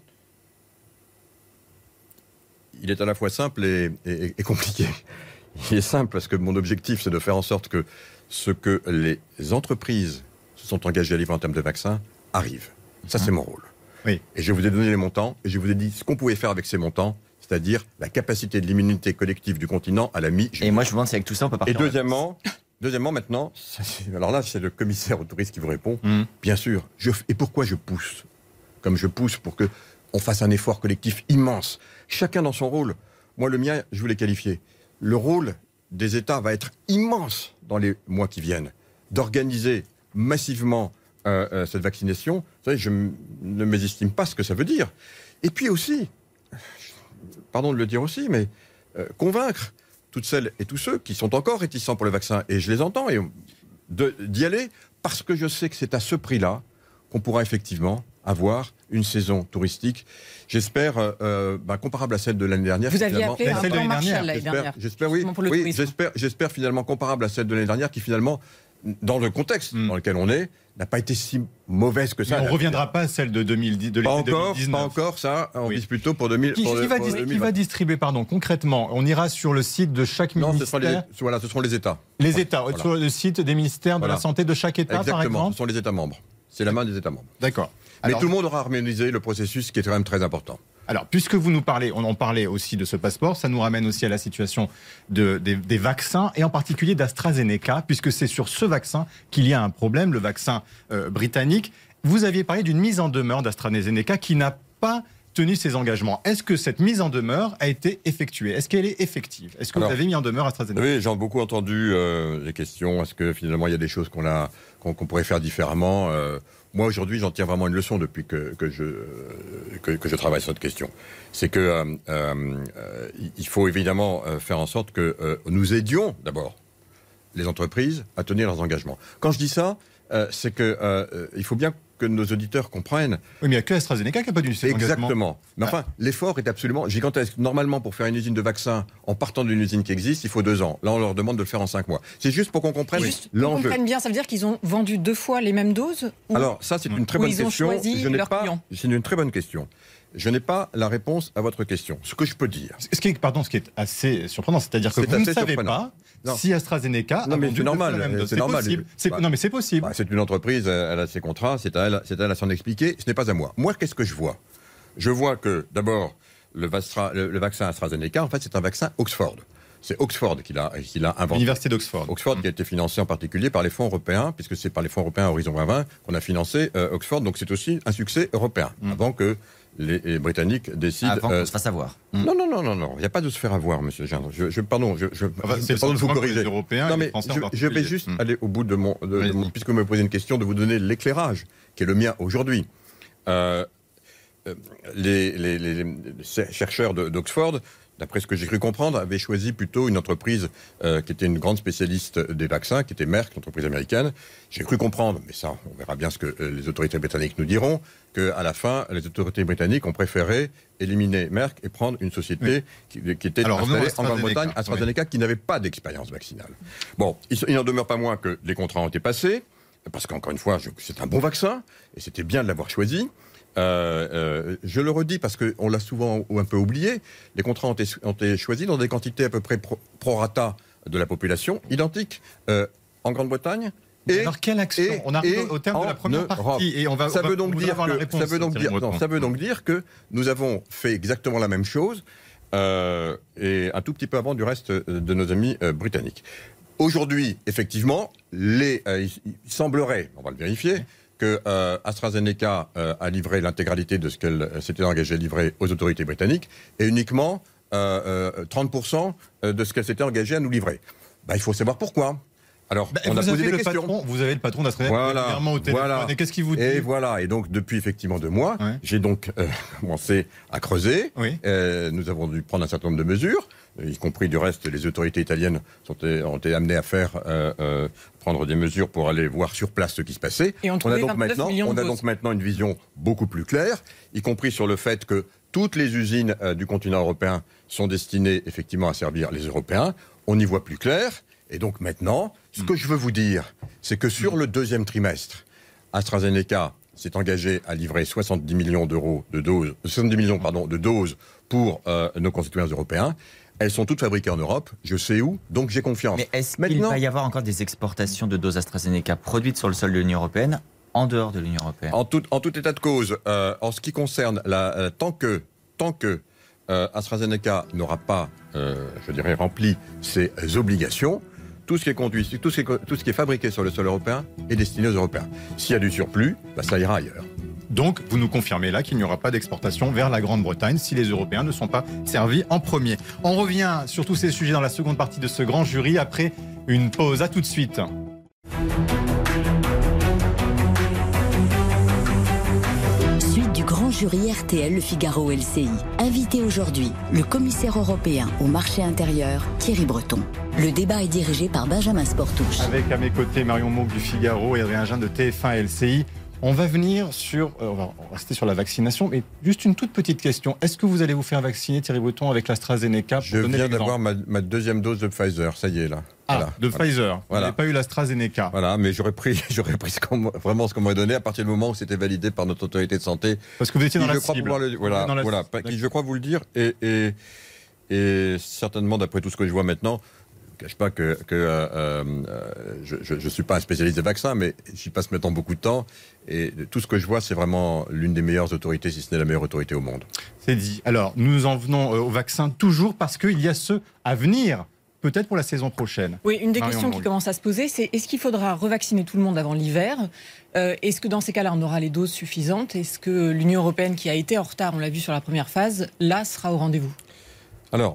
il est à la fois simple et, et- et compliqué. Il est simple parce que mon objectif, c'est de faire en sorte que ce que les entreprises se sont engagées à livrer en termes de vaccins arrive. Ça, c'est mon rôle. Oui. Et je vous ai donné les montants, et je vous ai dit ce qu'on pouvait faire avec ces montants, c'est-à-dire la capacité de l'immunité collective du continent à la mi-juillet. Et moi, je vous demande si avec tout ça, on peut Et partir en deuxièmement, deuxièmement, maintenant, ça, c'est- alors là, c'est le commissaire au tourisme qui vous répond. Mm. Bien sûr. Je, et pourquoi je pousse? Comme je pousse pour que on fasse un effort collectif immense. Chacun dans son rôle. Moi, le mien, je vous l'ai qualifié. Le rôle des États va être immense dans les mois qui viennent. D'organiser massivement euh, euh, cette vaccination. Vous savez, je m- ne mésestime pas ce que ça veut dire. Et puis aussi, pardon de le dire aussi, mais euh, convaincre toutes celles et tous ceux qui sont encore réticents pour le vaccin, et je les entends, et de- d'y aller, parce que je sais que c'est à ce prix-là qu'on pourra effectivement avoir une saison touristique, j'espère, euh, euh, bah, comparable à celle de l'année dernière. Vous aviez finalement. appelé Mais un celle de plan l'année Marshall dernière, l'année J'espère, dernière. j'espère, oui, Justement pour le oui, tourisme. j'espère, j'espère finalement comparable à celle de l'année dernière, qui finalement, dans le contexte Mm. dans lequel on est, n'a pas été si mauvaise que Mais ça. on ne reviendra pas à celle de deux mille dix, de Pas l'été encore, deux mille dix-neuf. pas encore, ça. On Oui. vise plutôt pour deux mille. Qui, pour qui le- va, pour dis- deux qui mille vingt. va distribuer, pardon, concrètement? On ira sur le site de chaque Non, ce ministère. seront les, voilà, ce seront les États. Les États, Voilà. sur le site des ministères de Voilà. la Santé de chaque État, par Exactement, exemple? ce sont les États membres. C'est la main des États membres. D'accord. Mais Alors, tout le monde aura harmonisé le processus, qui est quand même très important. Alors, puisque vous nous parlez, on en parlait aussi de ce passeport, ça nous ramène aussi à la situation de, des, des vaccins, et en particulier d'AstraZeneca, puisque c'est sur ce vaccin qu'il y a un problème, le vaccin euh, britannique. Vous aviez parlé d'une mise en demeure d'AstraZeneca qui n'a pas tenu ses engagements. Est-ce que cette mise en demeure a été effectuée? Est-ce qu'elle est effective? Est-ce que Alors, vous avez mis en demeure AstraZeneca? Oui, j'ai beaucoup entendu euh, les questions. Est-ce que finalement il y a des choses qu'on, a, qu'on, qu'on pourrait faire différemment? euh, Moi, aujourd'hui, j'en tire vraiment une leçon depuis que, que, je, que, que je travaille sur cette question. C'est que euh, euh, il faut évidemment faire en sorte que euh, nous aidions d'abord les entreprises à tenir leurs engagements. Quand je dis ça, euh, c'est que euh, il faut bien que nos auditeurs comprennent. Oui, mais il n'y a que AstraZeneca qui n'a pas dû cet engagement. Exactement. Mais enfin, ah. l'effort est absolument gigantesque. Normalement, pour faire une usine de vaccins, en partant d'une usine qui existe, il faut deux ans. Là, on leur demande de le faire en cinq mois. C'est juste pour qu'on comprenne juste l'enjeu. Pour qu'on comprenne bien, ça veut dire qu'ils ont vendu deux fois les mêmes doses ou... Alors, ça, c'est une très bonne ils ont question. choisi Je n'ai leur pas... client. C'est une très bonne question. Je n'ai pas la réponse à votre question. Ce que je peux dire. Ce qui est, pardon, ce qui est assez surprenant, c'est-à-dire que c'est vous ne savez pas non. si AstraZeneca non, mais a vendu c'est normal. la même dose. C'est, c'est normal. Possible. C'est, bah, non, mais c'est possible. Bah, c'est une entreprise, elle a ses contrats, c'est à elle, c'est à elle à s'en expliquer. Ce n'est pas à moi. Moi, qu'est-ce que je vois? Je vois que, d'abord, le, Vastra, le, le vaccin AstraZeneca, en fait, c'est un vaccin Oxford. C'est Oxford qui l'a, qui l'a inventé. L'université d'Oxford. Oxford mmh. qui a été financé en particulier par les fonds européens, puisque c'est par les fonds européens Horizon vingt vingt qu'on a financé euh, Oxford. Donc c'est aussi un succès européen, mmh. avant que les, les Britanniques décident... Avant euh, qu'on se fasse avoir. Mmh. Non, non, non, non, non. Il n'y a pas de se faire avoir, monsieur Gindre. Je, je, pardon, je, je, enfin, je c'est pardon de vous corriger. Européens non, mais je, je vais juste mmh. aller au bout de mon... De, oui. de mon puisque vous me posez une question, de vous donner l'éclairage, qui est le mien aujourd'hui. Euh, les, les, les, les chercheurs de, d'Oxford, d'après ce que j'ai cru comprendre, avaient choisi plutôt une entreprise euh, qui était une grande spécialiste des vaccins, qui était Merck, l'entreprise américaine. J'ai cru comprendre, mais ça, on verra bien ce que euh, les autorités britanniques nous diront, qu'à la fin, les autorités britanniques ont préféré éliminer Merck et prendre une société oui. qui, qui était Alors, installée en Grande-Bretagne, AstraZeneca, oui. qui n'avait pas d'expérience vaccinale. Bon, il, il n'en demeure pas moins que les contrats ont été passés, parce qu'encore une fois, je, c'est un bon vaccin, et c'était bien de l'avoir choisi. Euh, euh, je le redis parce qu'on l'a souvent un peu oublié, les contrats ont été, ont été choisis dans des quantités à peu près pro, prorata de la population, identiques euh, en Grande-Bretagne. Et, alors quelle action et, On arrive au terme de la première Europe. partie et on va. Ça on va, veut donc dire que réponse, ça veut donc dire non, ça veut donc dire que nous avons fait exactement la même chose euh, et un tout petit peu avant du reste de nos amis euh, britanniques. Aujourd'hui, effectivement, les, euh, il, il semblerait, on va le vérifier. Okay. que euh, AstraZeneca euh, a livré l'intégralité de ce qu'elle euh, s'était engagée à livrer aux autorités britanniques et uniquement euh, euh, trente pour cent de ce qu'elle s'était engagée à nous livrer. Bah, il faut savoir pourquoi. Alors, bah, on a posé des le questions. Patron, vous avez le patron d'AstraZeneca voilà, au téléphone. Voilà. Et qu'est-ce qu'il vous dit? Et voilà. Et donc, depuis effectivement deux mois, ouais. j'ai donc euh, commencé à creuser. Oui. Euh, nous avons dû prendre un certain nombre de mesures, y compris du reste, les autorités italiennes sont, ont été amenées à faire euh, euh, prendre des mesures pour aller voir sur place ce qui se passait. Et on, on a donc maintenant, on a donc maintenant une vision beaucoup plus claire, y compris sur le fait que toutes les usines euh, du continent européen sont destinées effectivement à servir les Européens. On y voit plus clair. Et donc maintenant, ce que je veux vous dire, c'est que sur le deuxième trimestre, AstraZeneca s'est engagé à livrer soixante-dix millions d'euros de doses, soixante-dix millions pardon, de doses pour euh, nos concitoyens européens. Elles sont toutes fabriquées en Europe, je sais où, donc j'ai confiance. Mais est-ce maintenant, qu'il va y avoir encore des exportations de doses AstraZeneca produites sur le sol de l'Union européenne, en dehors de l'Union européenne? En tout, en tout état de cause, euh, en ce qui concerne la, euh, tant que, tant que euh, AstraZeneca n'aura pas, euh, je dirais, rempli ses obligations, tout ce qui est conduit, tout ce qui est, tout ce qui est fabriqué sur le sol européen est destiné aux Européens. S'il y a du surplus, bah, ça ira ailleurs. Donc, vous nous confirmez là qu'il n'y aura pas d'exportation vers la Grande-Bretagne si les Européens ne sont pas servis en premier. On revient sur tous ces sujets dans la seconde partie de ce grand jury après une pause. À tout de suite. Suite du grand jury R T L Le Figaro L C I. Invité aujourd'hui, le commissaire européen au marché intérieur, Thierry Breton. Le débat est dirigé par Benjamin Sportouche. Avec à mes côtés Marion Mauc du Figaro et Adrien Gindre de T F un L C I. On va venir sur, euh, on va rester sur la vaccination, mais juste une toute petite question. Est-ce que vous allez vous faire vacciner, Thierry Breton, avec l'AstraZeneca? Je viens d'avoir ma, ma deuxième dose de Pfizer, ça y est là. Ah, voilà. de voilà. Pfizer. Vous n'avez pas eu l'AstraZeneca. Voilà, mais j'aurais pris, j'aurais pris ce qu'on, vraiment ce qu'on m'a donné à partir du moment où c'était validé par notre autorité de santé. Parce que vous étiez dans la cible. Le, voilà, dans la voilà, cible. Qui, je crois vous le dire, et, et, et certainement d'après tout ce que je vois maintenant, ne cache pas que, que euh, euh, je ne suis pas un spécialiste des vaccins, mais j'y passe maintenant beaucoup de temps. Et tout ce que je vois, c'est vraiment l'une des meilleures autorités, si ce n'est la meilleure autorité au monde. C'est dit. Alors, nous en venons au vaccin toujours parce qu'il y a ceux à venir, peut-être pour la saison prochaine. Oui, une des Marion questions Bourg. qui commence à se poser, c'est est-ce qu'il faudra revacciner tout le monde avant l'hiver ? euh, Est-ce que dans ces cas-là, on aura les doses suffisantes ? Est-ce que l'Union européenne, qui a été en retard, on l'a vu sur la première phase, là, sera au rendez-vous ? Alors,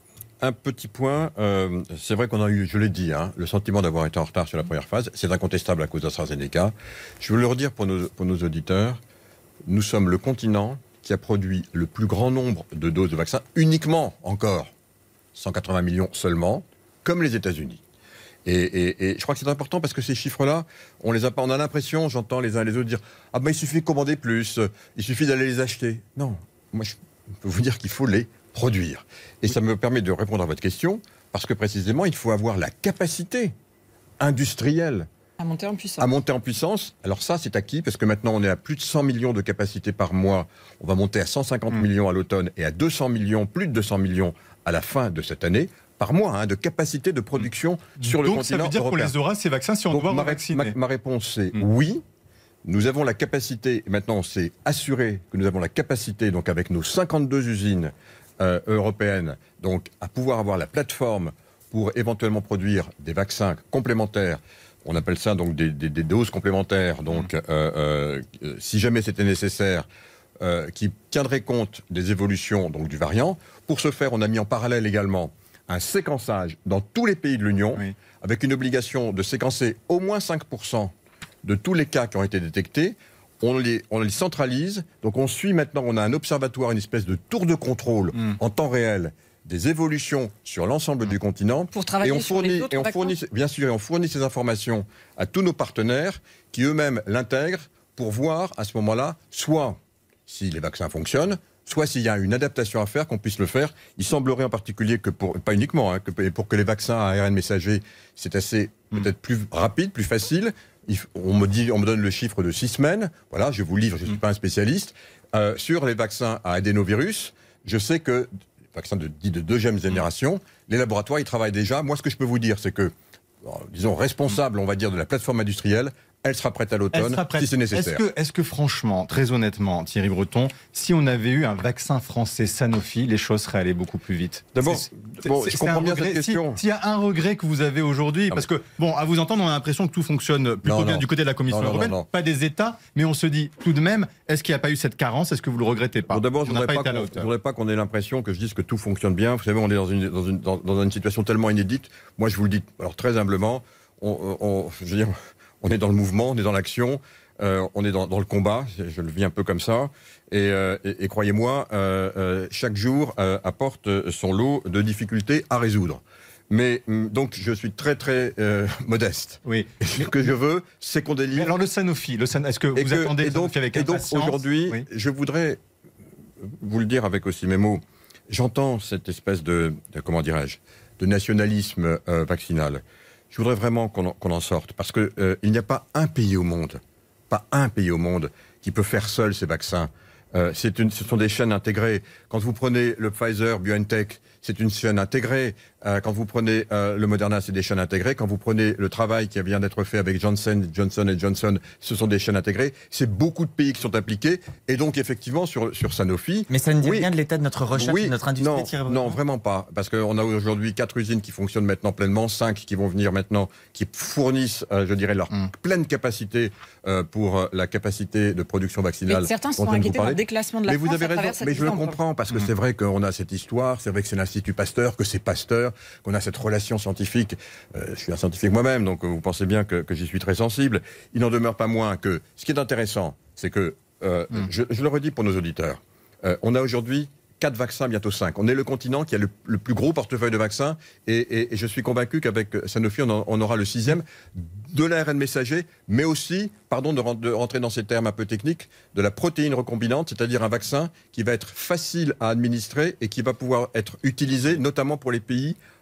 un petit point, euh, c'est vrai qu'on a eu, je l'ai dit, hein, le sentiment d'avoir été en retard sur la première phase. C'est incontestable à cause d'AstraZeneca. Je veux le redire pour nos, pour nos auditeurs. Nous sommes le continent qui a produit le plus grand nombre de doses de vaccins, uniquement encore cent quatre-vingts millions seulement, comme les États-Unis. Et, et, et je crois que c'est important parce que ces chiffres-là, on les a pas. On a l'impression, j'entends les uns et les autres dire « Ah ben il suffit de commander plus, il suffit d'aller les acheter ». Non, moi je peux vous dire qu'il faut les produire. Et ça me permet de répondre à votre question, parce que précisément, il faut avoir la capacité industrielle à monter en puissance. À monter en puissance. Alors ça, c'est acquis, parce que maintenant, on est à plus de cent millions de capacités par mois. On va monter à cent cinquante mmh. millions à l'automne et à deux cents millions, plus de deux cents millions à la fin de cette année, par mois, hein, de capacité de production mmh. sur le Donc, continent européen. Donc ça veut dire qu'on les aura, ces vaccins, si on Donc, doit ma, vacciner. ma, ma réponse, c'est mmh. oui. Nous avons la capacité, maintenant on s'est assuré que nous avons la capacité, donc avec nos cinquante-deux usines Euh, européenne, donc à pouvoir avoir la plateforme pour éventuellement produire des vaccins complémentaires. On appelle ça donc des, des, des doses complémentaires. Donc, mmh. euh, euh, si jamais c'était nécessaire, euh, qui tiendraient compte des évolutions donc du variant. Pour ce faire, on a mis en parallèle également un séquençage dans tous les pays de l'Union, oui. avec une obligation de séquencer au moins cinq pour cent de tous les cas qui ont été détectés. On les, on les centralise, donc on suit maintenant, on a un observatoire, une espèce de tour de contrôle mmh. en temps réel des évolutions sur l'ensemble mmh. du continent. Pour travailler et on sur fournit, les autres et on vaccins. fournit, bien sûr, et on fournit ces informations à tous nos partenaires qui eux-mêmes l'intègrent pour voir à ce moment-là, soit si les vaccins fonctionnent, soit s'il y a une adaptation à faire, qu'on puisse le faire. Il semblerait en particulier que pour, pas uniquement, hein, que pour que les vaccins à A R N messager, c'est assez mmh. peut-être plus rapide, plus facile. On me dit, on me donne le chiffre de six semaines. Voilà, je vous livre, je ne suis pas un spécialiste. Euh, sur les vaccins à adénovirus, je sais que, vaccins de, dits de deuxième génération, les laboratoires, ils travaillent déjà. Moi, ce que je peux vous dire, c'est que, disons, responsable, on va dire, de la plateforme industrielle, elle sera prête à l'automne, si c'est nécessaire. Est-ce que, est-ce que franchement, très honnêtement, Thierry Breton, si on avait eu un vaccin français Sanofi, les choses seraient allées beaucoup plus vite? D'abord, bon, je comprends bien regret, cette question. S'il si y a un regret que vous avez aujourd'hui, ah parce que, bon, à vous entendre, on a l'impression que tout fonctionne plutôt non, bien non. du côté de la Commission non, non, européenne, non, non. pas des États, mais on se dit tout de même, est-ce qu'il n'y a pas eu cette carence? Est-ce que vous le regrettez pas? Bon, d'abord, je ne voudrais, pas voudrais pas qu'on ait l'impression que je dise que tout fonctionne bien. Vous savez, on est dans une, dans une, dans, dans une situation tellement inédite. Moi, je vous le dis, alors très humblement, on, on, je veux dire, on est dans le mouvement, on est dans l'action, euh, on est dans, dans le combat, je le vis un peu comme ça, et, euh, et, et croyez-moi, euh, euh, chaque jour euh, apporte son lot de difficultés à résoudre. Mais donc je suis très très euh, modeste. Oui. Et ce que je veux, c'est qu'on délivre. Mais alors le Sanofi, le San... est-ce que et vous que, attendez et donc, Sanofi avec et donc impatience? aujourd'hui, oui. je voudrais vous le dire avec aussi mes mots. J'entends cette espèce de, de comment dirais-je, de nationalisme euh, vaccinal. Je voudrais vraiment qu'on en, qu'on en sorte, parce que euh, il n'y a pas un pays au monde, pas un pays au monde qui peut faire seul ces vaccins. Euh, c'est une, ce sont des chaînes intégrées. Quand vous prenez le Pfizer, BioNTech, c'est une chaîne intégrée. Euh, quand vous prenez euh, le Moderna, c'est des chaînes intégrées. Quand vous prenez le travail qui vient d'être fait avec Johnson, Johnson et Johnson, ce sont des chaînes intégrées. C'est beaucoup de pays qui sont impliqués. Et donc, effectivement, sur, sur Sanofi... Mais ça ne dit oui, rien de l'état de notre recherche oui, et de notre industrie, non, Thierry Breton. Non, vraiment pas. Parce qu'on a aujourd'hui quatre usines qui fonctionnent maintenant pleinement, cinq qui vont venir maintenant, qui fournissent, euh, je dirais, leur mm. pleine capacité euh, pour la capacité de production vaccinale. Mais certains sont inquiétés par le déclassement de la mais France vous avez à raison, mais je le comprends, parce que mm. c'est vrai qu'on a cette histoire, c'est vrai que c'est l'Institut Pasteur, que c'est Pasteur, qu'on a cette relation scientifique. Euh, je suis un scientifique moi-même, donc vous pensez bien que, que j'y suis très sensible. Il n'en demeure pas moins que ce qui est intéressant, c'est que, euh, mm. je, je le redis pour nos auditeurs, euh, on a aujourd'hui quatre vaccins, bientôt cinq. On est le continent qui a le, le plus gros portefeuille de vaccins, et, et, et je suis convaincu qu'avec Sanofi, on, en, on aura le sixième de l'A R N messager, mais aussi, pardon de, de rentrer dans ces termes un peu techniques, de la protéine recombinante, c'est-à-dire un vaccin qui va être facile à administrer et qui va pouvoir être utilisé, notamment pour les pays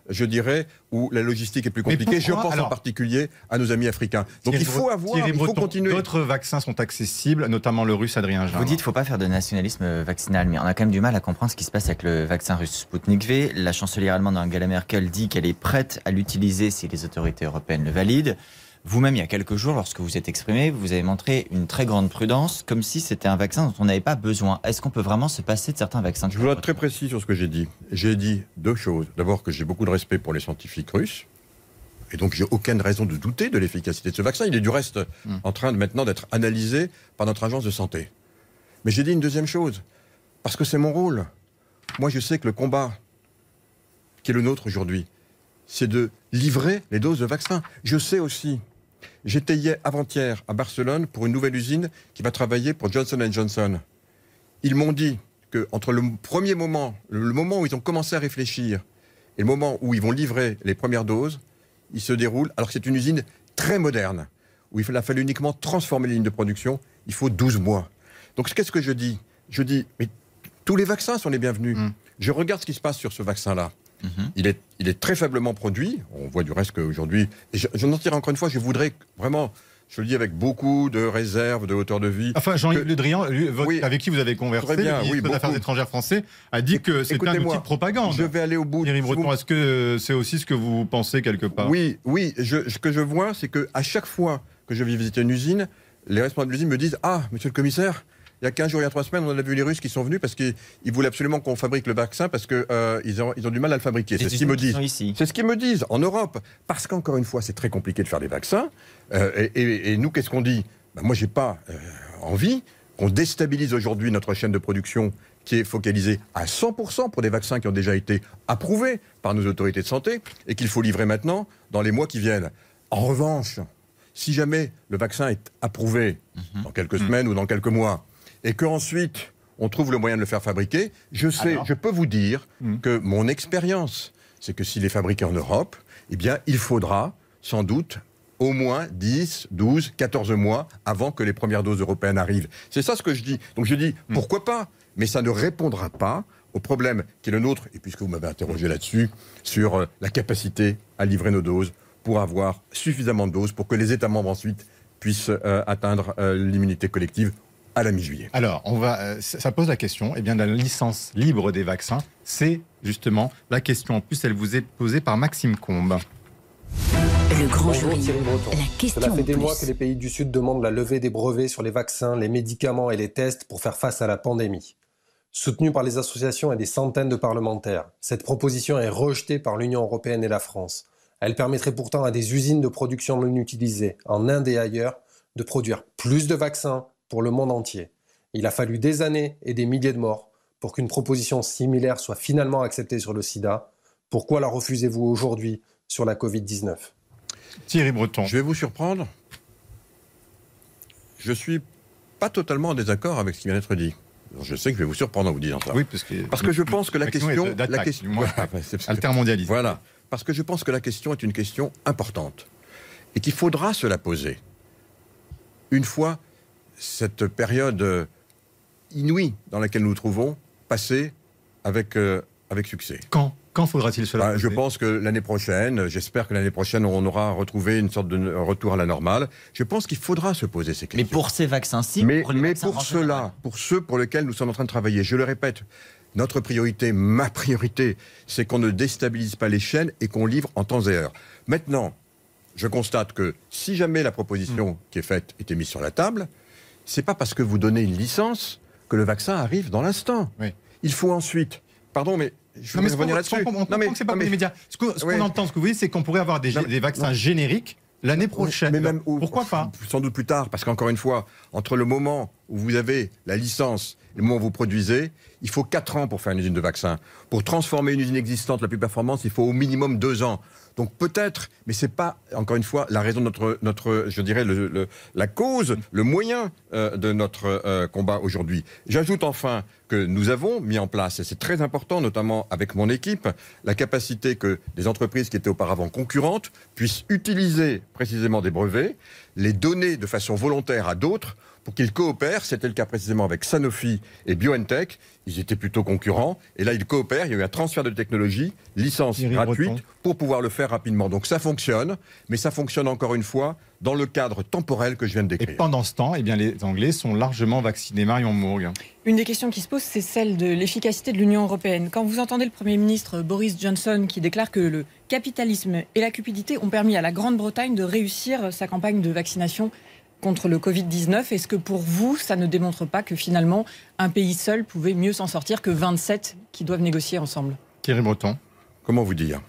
je dirais, où la logistique est plus compliquée. Je pense Alors, en particulier à nos amis africains. Donc il faut avoir, il faut Breton, continuer. D'autres vaccins sont accessibles, notamment le russe, Adrien Gindre. Vous dites qu'il ne faut pas faire de nationalisme vaccinal, mais on a quand même du mal à comprendre ce qui se passe avec le vaccin russe Sputnik V. La chancelière allemande Angela Merkel dit qu'elle est prête à l'utiliser si les autorités européennes le valident. Vous-même, il y a quelques jours, lorsque vous êtes exprimé, vous avez montré une très grande prudence, comme si c'était un vaccin dont on n'avait pas besoin. Est-ce qu'on peut vraiment se passer de certains vaccins ? Je voudrais être très précis sur ce que j'ai dit. J'ai dit deux choses. D'abord que j'ai beaucoup de respect pour les scientifiques russes, et donc j'ai aucune raison de douter de l'efficacité de ce vaccin. Il est du reste mmh. en train de, maintenant d'être analysé par notre agence de santé. Mais j'ai dit une deuxième chose, parce que c'est mon rôle. Moi, je sais que le combat qui est le nôtre aujourd'hui, c'est de livrer les doses de vaccins. Je sais aussi, j'étais hier, avant-hier à Barcelone pour une nouvelle usine qui va travailler pour Johnson and Johnson. Ils m'ont dit qu'entre le premier moment, le moment où ils ont commencé à réfléchir et le moment où ils vont livrer les premières doses, il se déroule, alors que c'est une usine très moderne, où il a fallu uniquement transformer les lignes de production, il faut douze mois. Donc qu'est-ce que je dis ? Je dis, mais tous les vaccins sont les bienvenus. Mmh. Je regarde ce qui se passe sur ce vaccin-là. Mmh. Il est, il est très faiblement produit. On voit du reste qu'aujourd'hui... Et je, je n'en tire encore une fois, je voudrais vraiment... Je le dis avec beaucoup de réserve, de hauteur de vie. Enfin, Jean-Yves que... Le Drian, lui, votre, oui, avec qui vous avez conversé, bien, le ministre oui, des Affaires étrangères français, a dit que c'était un outil de propagande. Je vais aller au bout. Thierry Breton, vous... est-ce que c'est aussi ce que vous pensez quelque part ? Oui, oui. Je, ce que je vois, c'est qu'à chaque fois que je vais visiter une usine, les responsables de l'usine me disent « Ah, monsieur le commissaire, il y a quinze jours, il y a trois semaines, on a vu les Russes qui sont venus parce qu'ils voulaient absolument qu'on fabrique le vaccin parce qu'ils euh, ont, ils ont du mal à le fabriquer. » C'est ce qu'ils me disent. C'est ce qu'ils me disent en Europe. Parce qu'encore une fois, c'est très compliqué de faire des vaccins. Euh, et, et, et nous, qu'est-ce qu'on dit ? Ben, moi, je n'ai pas euh, envie qu'on déstabilise aujourd'hui notre chaîne de production qui est focalisée à cent pour cent pour des vaccins qui ont déjà été approuvés par nos autorités de santé et qu'il faut livrer maintenant dans les mois qui viennent. En revanche, si jamais le vaccin est approuvé mmh. dans quelques mmh. semaines ou dans quelques mois, et qu'ensuite, on trouve le moyen de le faire fabriquer, je sais, Alors, je peux vous dire mmh. que mon expérience, c'est que s'il est fabriqué en Europe, eh bien, il faudra sans doute au moins dix, douze, quatorze mois avant que les premières doses européennes arrivent. C'est ça ce que je dis. Donc je dis, mmh. pourquoi pas ? Mais ça ne répondra pas au problème qui est le nôtre, et puisque vous m'avez interrogé là-dessus, sur euh, la capacité à livrer nos doses pour avoir suffisamment de doses pour que les États membres ensuite puissent euh, atteindre euh, l'immunité collective à la mi-juillet. Alors, on va, euh, ça pose la question, eh bien, de la licence libre des vaccins. C'est justement la question. En plus, elle vous est posée par Maxime Combe. Le grand Bonjour jury. Thierry Breton. La question Cela fait des plus. mois que les pays du Sud demandent la levée des brevets sur les vaccins, les médicaments et les tests pour faire face à la pandémie. Soutenue par les associations et des centaines de parlementaires, cette proposition est rejetée par l'Union européenne et la France. Elle permettrait pourtant à des usines de production non utilisées, en Inde et ailleurs, de produire plus de vaccins pour le monde entier. Il a fallu des années et des milliers de morts pour qu'une proposition similaire soit finalement acceptée sur le sida. Pourquoi la refusez-vous aujourd'hui sur la covid dix-neuf ? Thierry Breton. Je vais vous surprendre. Je ne suis pas totalement en désaccord avec ce qui vient d'être dit. Je sais que je vais vous surprendre en vous disant ça. Oui, parce que, parce que je pense que la question... La question altermondialisme. Voilà. Parce que je pense que la question est une question importante. Et qu'il faudra se la poser. Une fois cette période inouïe dans laquelle nous nous trouvons passée avec, euh, avec succès. Quand Quand faudra-t-il se la poser ? Je pense que l'année prochaine, j'espère que l'année prochaine, on aura retrouvé une sorte de retour à la normale. Je pense qu'il faudra se poser ces questions. Mais pour ces vaccins-ci, mais pour les mais vaccins pour ceux-là, pour ceux pour lesquels nous sommes en train de travailler, je le répète, notre priorité, ma priorité, c'est qu'on ne déstabilise pas les chaînes et qu'on livre en temps et heure. Maintenant, je constate que si jamais la proposition mmh. qui est faite était mise sur la table, c'est pas parce que vous donnez une licence que le vaccin arrive dans l'instant. Oui. Il faut ensuite... Pardon, mais... Je vais revenir là-dessus. On comprend que c'est pas immédiat. Ce qu'on oui. entend, ce que vous dites, c'est qu'on pourrait avoir des, non, des vaccins non. génériques l'année prochaine. Mais même où, Pourquoi pas ? Sans doute plus tard, parce qu'encore une fois, entre le moment où vous avez la licence et le moment où vous produisez, il faut quatre ans pour faire une usine de vaccins. Pour transformer une usine existante la plus performante, il faut au minimum deux ans. Donc peut-être, mais c'est pas, encore une fois, la raison de notre, notre je dirais, le, le, la cause, le moyen euh, de notre euh, combat aujourd'hui. J'ajoute enfin que nous avons mis en place, et c'est très important, notamment avec mon équipe, la capacité que des entreprises qui étaient auparavant concurrentes puissent utiliser précisément des brevets, les donner de façon volontaire à d'autres, pour qu'ils coopèrent. C'était le cas précisément avec Sanofi et BioNTech. Ils étaient plutôt concurrents. Et là, ils coopèrent. Il y a eu un transfert de technologie, licence Thierry gratuite, Breton. pour pouvoir le faire rapidement. Donc ça fonctionne, mais ça fonctionne encore une fois dans le cadre temporel que je viens de Et décrire. pendant ce temps, eh bien, les Anglais sont largement vaccinés. Marion Mourgue. Une des questions qui se pose, c'est celle de l'efficacité de l'Union européenne. Quand vous entendez le Premier ministre Boris Johnson qui déclare que le capitalisme et la cupidité ont permis à la Grande-Bretagne de réussir sa campagne de vaccination contre le covid dix-neuf, est-ce que pour vous, ça ne démontre pas que finalement, un pays seul pouvait mieux s'en sortir que vingt-sept qui doivent négocier ensemble? Thierry Breton. Comment vous dire?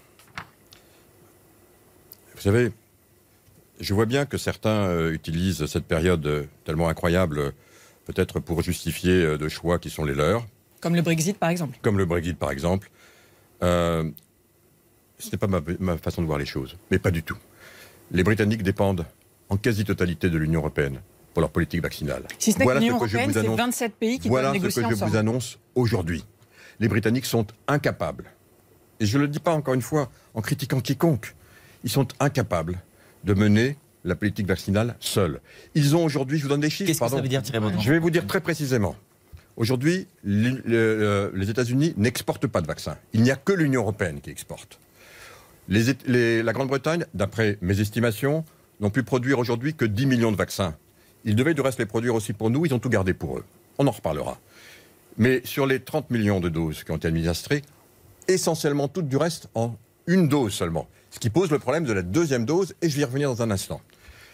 Vous savez, je vois bien que certains euh, utilisent cette période euh, tellement incroyable, euh, peut-être pour justifier euh, de choix qui sont les leurs. Comme le Brexit, par exemple. Comme le Brexit, par exemple. Euh, ce n'est pas ma, ma façon de voir les choses, mais pas du tout. Les Britanniques dépendent en quasi-totalité de l'Union européenne pour leur politique vaccinale. Si ce n'est Voilà que l'Union ce que je européenne, vous c'est annonce. vingt-sept pays qui Voilà doivent ce négocier que je ensemble. vous annonce aujourd'hui. Les Britanniques sont incapables, et je ne le dis pas encore une fois en critiquant quiconque, ils sont incapables de mener la politique vaccinale seuls. Ils ont aujourd'hui, je vous donne des chiffres, Qu'est-ce que pardon. ça veut dire, Thierry Breton? Je vais vous dire très précisément. Aujourd'hui, les, les, les États-Unis n'exportent pas de vaccins. Il n'y a que l'Union européenne qui exporte. Les, les, la Grande-Bretagne, d'après mes estimations, n'ont pu produire aujourd'hui que dix millions de vaccins. Ils devaient du reste les produire aussi pour nous, ils ont tout gardé pour eux. On en reparlera. Mais sur les trente millions de doses qui ont été administrées, essentiellement toutes du reste en une dose seulement. Ce qui pose le problème de la deuxième dose, et je vais y revenir dans un instant.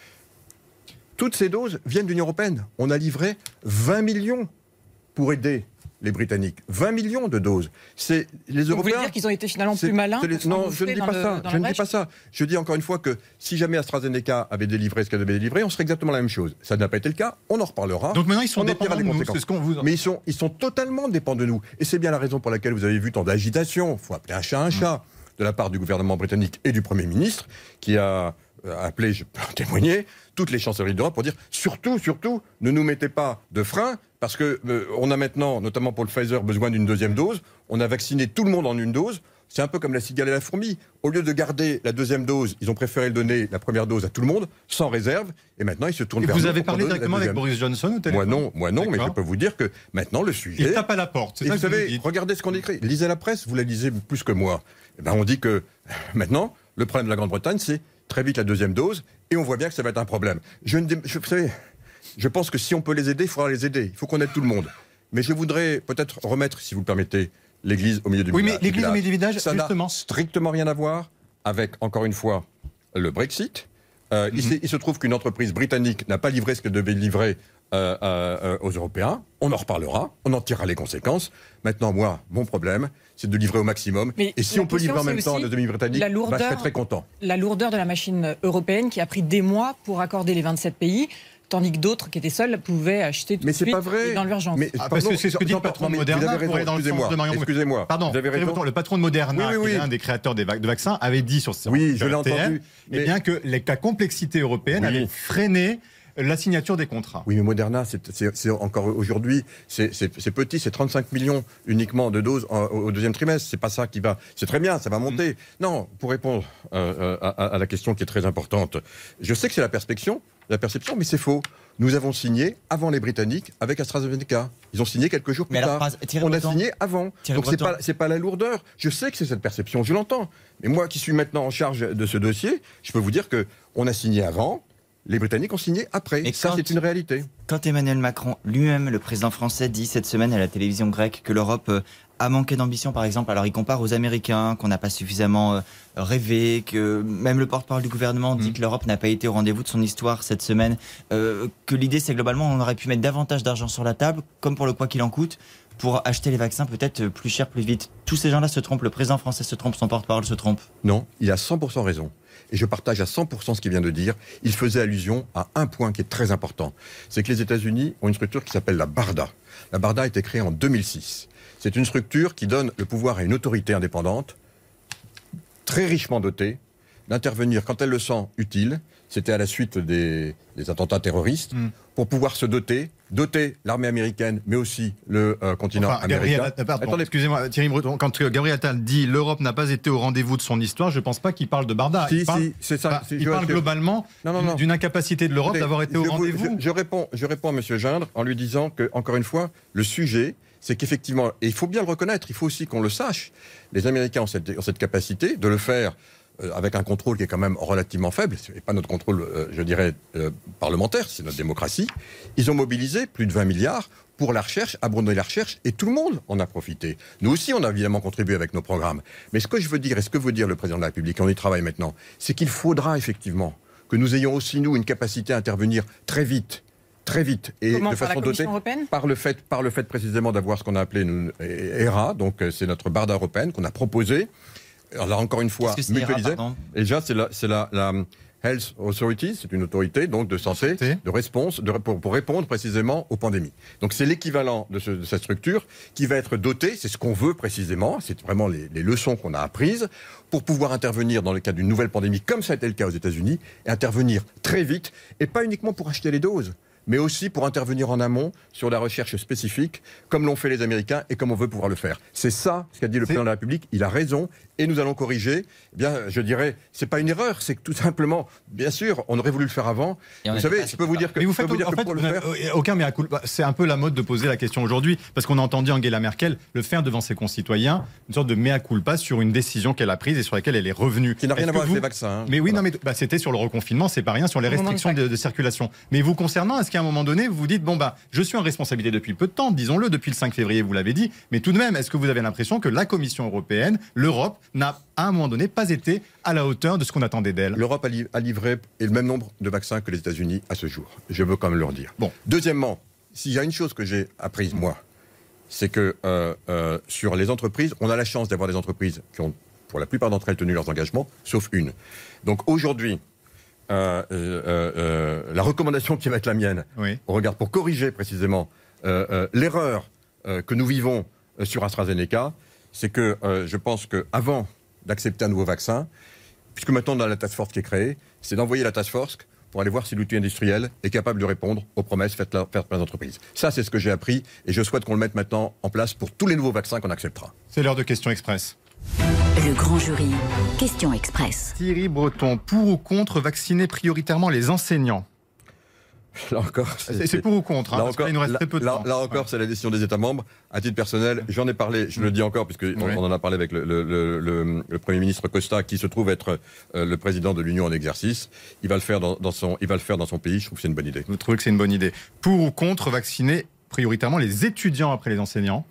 Toutes ces doses viennent de l'Union européenne. On a livré vingt millions pour aider les Britanniques. vingt millions de doses. C'est les Vous Européens. voulez dire qu'ils ont été finalement C'est- plus malins c'est les- pour Non, je ne s'engouffrer dis dans pas le- ça. dans Je la ne dis brèche? pas ça. Je dis encore une fois que si jamais AstraZeneca avait délivré ce qu'elle devait délivrer, on serait exactement la même chose. Ça n'a pas été le cas. On en reparlera. Donc maintenant, ils sont On en tirera dépendants de les nous. conséquences. C'est ce qu'on vous... Mais ils sont, ils sont totalement dépendants de nous. Et c'est bien la raison pour laquelle vous avez vu tant d'agitation, il faut appeler un chat un chat, de la part du gouvernement britannique et du Premier ministre, qui a euh, appelé, je peux en témoigner, toutes les chancelleries d'Europe pour dire surtout, surtout, ne nous mettez pas de frein, parce que euh, on a maintenant, notamment pour le Pfizer, besoin d'une deuxième dose. On a vacciné tout le monde en une dose. C'est un peu comme la cigale et la fourmi. Au lieu de garder la deuxième dose, ils ont préféré donner la première dose à tout le monde, sans réserve, et maintenant ils se tournent Et vers vous nous avez pour parlé donner la directement avec deuxième. Boris Johnson au téléphone? Moi non, moi non, mais je D'accord. peux vous dire que maintenant le sujet... Il tape à la porte. C'est Et ça vous que vous savez, dites. regardez ce qu'on écrit. Lisez la presse, vous la lisez plus que moi. Eh ben, on dit que maintenant, le problème de la Grande-Bretagne, c'est très vite la deuxième dose, et on voit bien que ça va être un problème. Je, ne dé- je, vous savez, je pense que si on peut les aider, il faudra les aider. Il faut qu'on aide tout le monde. Mais je voudrais peut-être remettre, si vous le permettez, l'église au milieu du Oui, village. mais l'église au milieu du village, ça n'a justement. strictement rien à voir avec, encore une fois, le Brexit. Euh, il, s'est- il se trouve qu'une entreprise britannique n'a pas livré ce qu'elle devait livrer euh, euh, euh, aux Européens. On en reparlera, on en tirera les conséquences. Maintenant, moi, mon problème, c'est de livrer au maximum. Mais Et si la on peut question, livrer en c'est même temps aussi les demi-britanniques, la bah, je serais lourdeur- très content. La lourdeur de la machine européenne qui a pris des mois pour accorder les vingt-sept pays, tandis que d'autres qui étaient seuls pouvaient acheter tout Mais de c'est suite pas vrai. et dans l'urgence. Mais, Ah, parce que c'est ce que dit le Jean- patron de mais vous Moderna, avez raison, pour aller dans le sens excusez-moi, de Marion. excusez-moi. Pardon, vous avez Thierry raison. Breton, le patron de Moderna, Oui, oui, qui est oui. un des créateurs des, vac- de vaccins, avait dit sur ce Oui, sur je l'ai R T L, entendu, eh mais- bien que les- la complexité européenne Oui. avait freiné la signature des contrats. Oui, mais Moderna, c'est, c'est, c'est encore aujourd'hui, c'est, c'est, c'est petit, c'est trente-cinq millions uniquement de doses en- au deuxième trimestre. C'est pas ça qui va. C'est très bien, ça va monter. Non, pour répondre euh, à, à la question qui est très importante, je sais que c'est la perception, la perception, mais c'est faux. Nous avons signé avant les Britanniques avec AstraZeneca. Ils ont signé quelques jours plus Mais alors, tard. Thierry On a Breton. signé avant. Thierry Donc c'est Breton. pas, c'est pas la lourdeur. Je sais que c'est cette perception, je l'entends. Mais moi qui suis maintenant en charge de ce dossier, je peux vous dire que on a signé avant. Les Britanniques ont signé après. Mais Ça, quand- c'est une réalité. Quand Emmanuel Macron, lui-même, le président français, dit cette semaine à la télévision grecque que l'Europe euh, a manqué d'ambition, par exemple, alors il compare aux Américains, qu'on n'a pas suffisamment euh, rêvé, que même le porte-parole du gouvernement dit Mm. que l'Europe n'a pas été au rendez-vous de son histoire cette semaine, euh, que l'idée c'est globalement on aurait pu mettre davantage d'argent sur la table, comme pour le quoi qu'il en coûte, pour acheter les vaccins peut-être plus cher, plus vite. Tous ces gens-là se trompent, le président français se trompe, son porte-parole se trompe. Non, il a cent pour cent raison. Et je partage à cent pour cent ce qu'il vient de dire. Il faisait allusion à un point qui est très important. C'est que les États-Unis ont une structure qui s'appelle la BARDA. La BARDA a été créée en deux mille six. C'est une structure qui donne le pouvoir à une autorité indépendante, très richement dotée, d'intervenir quand elle le sent utile. C'était à la suite des, des attentats terroristes, mm. pour pouvoir se doter, doter l'armée américaine, mais aussi le euh, continent enfin, américain. Gabriel, pardon, Attendez, excusez-moi, Thierry Breton, quand Gabriel Attal dit l'Europe n'a pas été au rendez-vous de son histoire, je ne pense pas qu'il parle de Barda. Si, il parle, si, c'est ça. Bah, si, il je, parle je, globalement non, non, non. d'une incapacité de l'Europe Écoutez, d'avoir été au je, rendez-vous. Je, je, réponds, je réponds à M. Gindre en lui disant que, encore une fois, le sujet, c'est qu'effectivement, et il faut bien le reconnaître, il faut aussi qu'on le sache, les Américains ont cette, ont cette capacité de le faire euh, avec un contrôle qui est quand même relativement faible, ce n'est pas notre contrôle, euh, je dirais, euh, parlementaire, c'est notre démocratie. Ils ont mobilisé plus de vingt milliards pour la recherche, abandonner la recherche, et tout le monde en a profité. Nous aussi, on a évidemment contribué avec nos programmes. Mais ce que je veux dire, et ce que veut dire le président de la République, et on y travaille maintenant, c'est qu'il faudra effectivement que nous ayons aussi, nous, une capacité à intervenir très vite, très vite, et Comment, de façon dotée, par le fait, par le fait précisément d'avoir ce qu'on a appelé nous, E R A, donc c'est notre barda européenne qu'on a proposé. Alors là, encore une fois, mutualisé. Et déjà, c'est la, c'est la, la Health Authority, c'est une autorité donc de santé, de réponse, de, pour, pour répondre précisément aux pandémies. Donc c'est l'équivalent de, ce, de cette structure qui va être dotée, c'est ce qu'on veut précisément, c'est vraiment les, les leçons qu'on a apprises, pour pouvoir intervenir dans le cas d'une nouvelle pandémie, comme ça a été le cas aux États-Unis, et intervenir très vite, et pas uniquement pour acheter les doses, mais aussi pour intervenir en amont sur la recherche spécifique, comme l'ont fait les Américains et comme on veut pouvoir le faire. C'est ça ce qu'a dit le président de la République, il a raison, et nous allons corriger. Eh bien, je dirais, c'est pas une erreur, c'est que tout simplement, bien sûr, on aurait voulu le faire avant. Vous savez, je peux vous dire que, mais vous faites, vous dire en que fait, pour le faire... aucun mea culpa. C'est un peu la mode de poser la question aujourd'hui, parce qu'on a entendu Angela Merkel le faire devant ses concitoyens, une sorte de mea culpa sur une décision qu'elle a prise et sur laquelle elle est revenue. Qui n'a rien à voir avec les vaccins. Hein, mais oui, voilà. non, mais bah, c'était sur le reconfinement, c'est pas rien, sur les restrictions de, de circulation. Mais vous concernant, est-ce qu'à un moment donné, vous vous dites, bon bah, je suis en responsabilité depuis peu de temps, disons-le, depuis le cinq février, vous l'avez dit, mais tout de même, est-ce que vous avez l'impression que la Commission européenne, l'Europe, n'a à un moment donné pas été à la hauteur de ce qu'on attendait d'elle? L'Europe a, li- a livré le même nombre de vaccins que les États-Unis à ce jour. Je veux quand même le redire. Bon. Deuxièmement, s'il y a une chose que j'ai apprise, moi, c'est que euh, euh, sur les entreprises, on a la chance d'avoir des entreprises qui ont, pour la plupart d'entre elles, tenu leurs engagements, sauf une. Donc aujourd'hui, euh, euh, euh, la recommandation qui va être la mienne, oui. on regarde pour corriger précisément euh, euh, l'erreur euh, que nous vivons euh, sur AstraZeneca, c'est que euh, je pense qu'avant d'accepter un nouveau vaccin, puisque maintenant on a la task force qui est créée, c'est d'envoyer la task force pour aller voir si l'outil industriel est capable de répondre aux promesses faites par les entreprises. Ça, c'est ce que j'ai appris et je souhaite qu'on le mette maintenant en place pour tous les nouveaux vaccins qu'on acceptera. C'est l'heure de questions express. Le grand jury, question express. Thierry Breton, pour ou contre vacciner prioritairement les enseignants? Là encore, c'est, c'est pour ou contre, hein, là parce encore, qu'il nous reste là, très peu de là, temps. Là encore, ouais. C'est la décision des États membres. À titre personnel, j'en ai parlé, je le dis encore, puisque ouais. on, on en a parlé avec le, le, le, le, le Premier ministre Costa, qui se trouve être euh, le président de l'Union en exercice. Il va le faire dans, dans son, il va le faire dans son pays. Je trouve que c'est une bonne idée. Vous trouvez que c'est une bonne idée? Pour ou contre vacciner prioritairement les étudiants après les enseignants?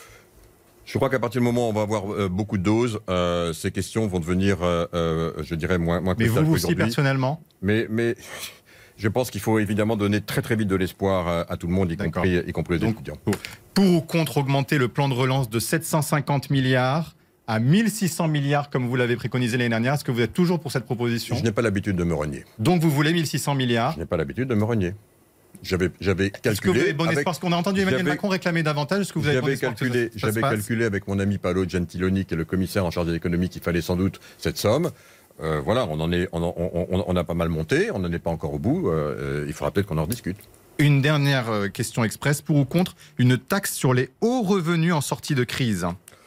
Je crois qu'à partir du moment où on va avoir euh, beaucoup de doses, euh, ces questions vont devenir, euh, euh, je dirais, moins, moins cruciales. Mais vous aussi, personnellement? Mais, mais je pense qu'il faut évidemment donner très très vite de l'espoir à, à tout le monde, y compris, y compris les Donc, étudiants. Pour, pour ou contre augmenter le plan de relance de sept cent cinquante milliards à mille six cents milliards, comme vous l'avez préconisé l'année dernière, est-ce que vous êtes toujours pour cette proposition? Je n'ai pas l'habitude de me renier. Donc vous voulez mille six cents milliards? Je n'ai pas l'habitude de me renier. J'avais, j'avais calculé. Est-ce que vous avez bon espoir? Parce qu'on a entendu Emmanuel Macron réclamer davantage. Est-ce que vous avez j'avais bon espoir calculé, que ça, ça J'avais calculé avec mon ami Paolo Gentiloni, qui est le commissaire en charge de l'économie, qu'il fallait sans doute cette somme. Euh, voilà, on en est, on, on, on, on a pas mal monté, on n'en est pas encore au bout. Euh, il faudra peut-être qu'on en rediscute. Une dernière question express, pour ou contre une taxe sur les hauts revenus en sortie de crise?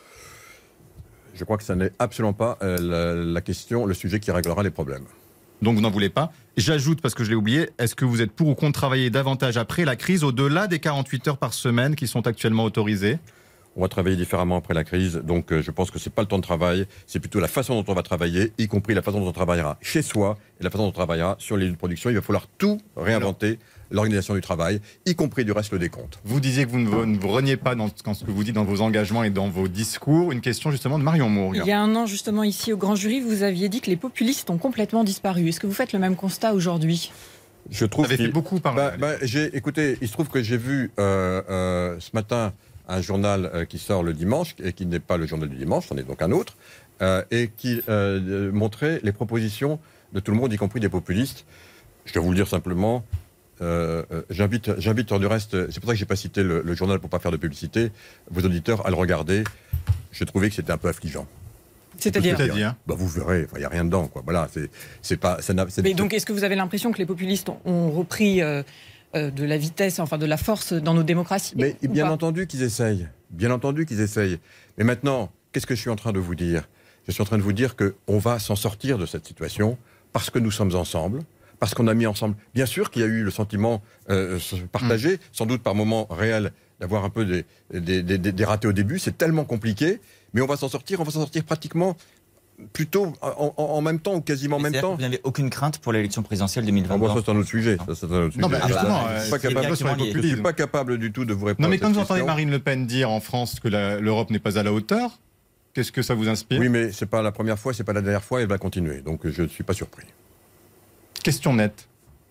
Je crois que ça n'est absolument pas euh, la, la question, le sujet qui réglera les problèmes. Donc vous n'en voulez pas. J'ajoute, parce que je l'ai oublié, est-ce que vous êtes pour ou contre travailler davantage après la crise, au-delà des quarante-huit heures par semaine qui sont actuellement autorisées? On va travailler différemment après la crise, donc euh, je pense que c'est pas le temps de travail, c'est plutôt la façon dont on va travailler, y compris la façon dont on travaillera chez soi et la façon dont on travaillera sur les lieux de production. Il va falloir tout réinventer, alors, l'organisation du travail, y compris du reste le décompte. Vous disiez que vous ne vous, ne vous reniez pas dans ce que vous dites dans vos engagements et dans vos discours. Une question justement de Marion Moore. Il y a un an justement ici au Grand Jury, vous aviez dit que les populistes ont complètement disparu. Est-ce que vous faites le même constat aujourd'hui? Je trouve vous avez fait beaucoup par bah, bah, j'ai, écoutez, il se trouve que j'ai vu euh, euh, ce matin un journal euh, qui sort le dimanche, et qui n'est pas le journal du dimanche, c'en est donc un autre, euh, et qui euh, montrait les propositions de tout le monde, y compris des populistes. Je dois vous le dire simplement, euh, euh, j'invite, j'invite du reste, c'est pour ça que j'ai pas cité le, le journal pour pas faire de publicité, vos auditeurs à le regarder. J'ai trouvé que c'était un peu affligeant. C'est-à-dire, C'est-à-dire bah, vous verrez, il n'y a rien dedans. Quoi. Voilà, c'est, c'est pas, ça n'a, c'est... Mais donc, est-ce que vous avez l'impression que les populistes ont repris euh, euh, de la vitesse, enfin de la force dans nos démocraties? Mais bien entendu qu'ils essayent. Bien entendu qu'ils essayent. Mais maintenant, qu'est-ce que je suis en train de vous dire? Je suis en train de vous dire qu'on va s'en sortir de cette situation parce que nous sommes ensemble, parce qu'on a mis ensemble. Bien sûr qu'il y a eu le sentiment euh, partagé, mmh. sans doute par moments réels, d'avoir un peu des, des, des, des ratés au début. C'est tellement compliqué. Mais on va s'en sortir, on va s'en sortir pratiquement plutôt en, en, en même temps ou quasiment en même temps. Vous n'avez aucune crainte pour l'élection présidentielle deux mille vingt-deux? Ah, bon, ça, c'est un autre sujet. Ça, c'est un autre non, sujet. bah, justement, je euh, ne suis pas capable du tout de vous répondre. Non, mais à quand cette vous entendez question. Marine Le Pen dire en France que la, l'Europe n'est pas à la hauteur, qu'est-ce que ça vous inspire? Oui, mais c'est pas la première fois, c'est pas la dernière fois, et elle va continuer. Donc je ne suis pas surpris. Question nette.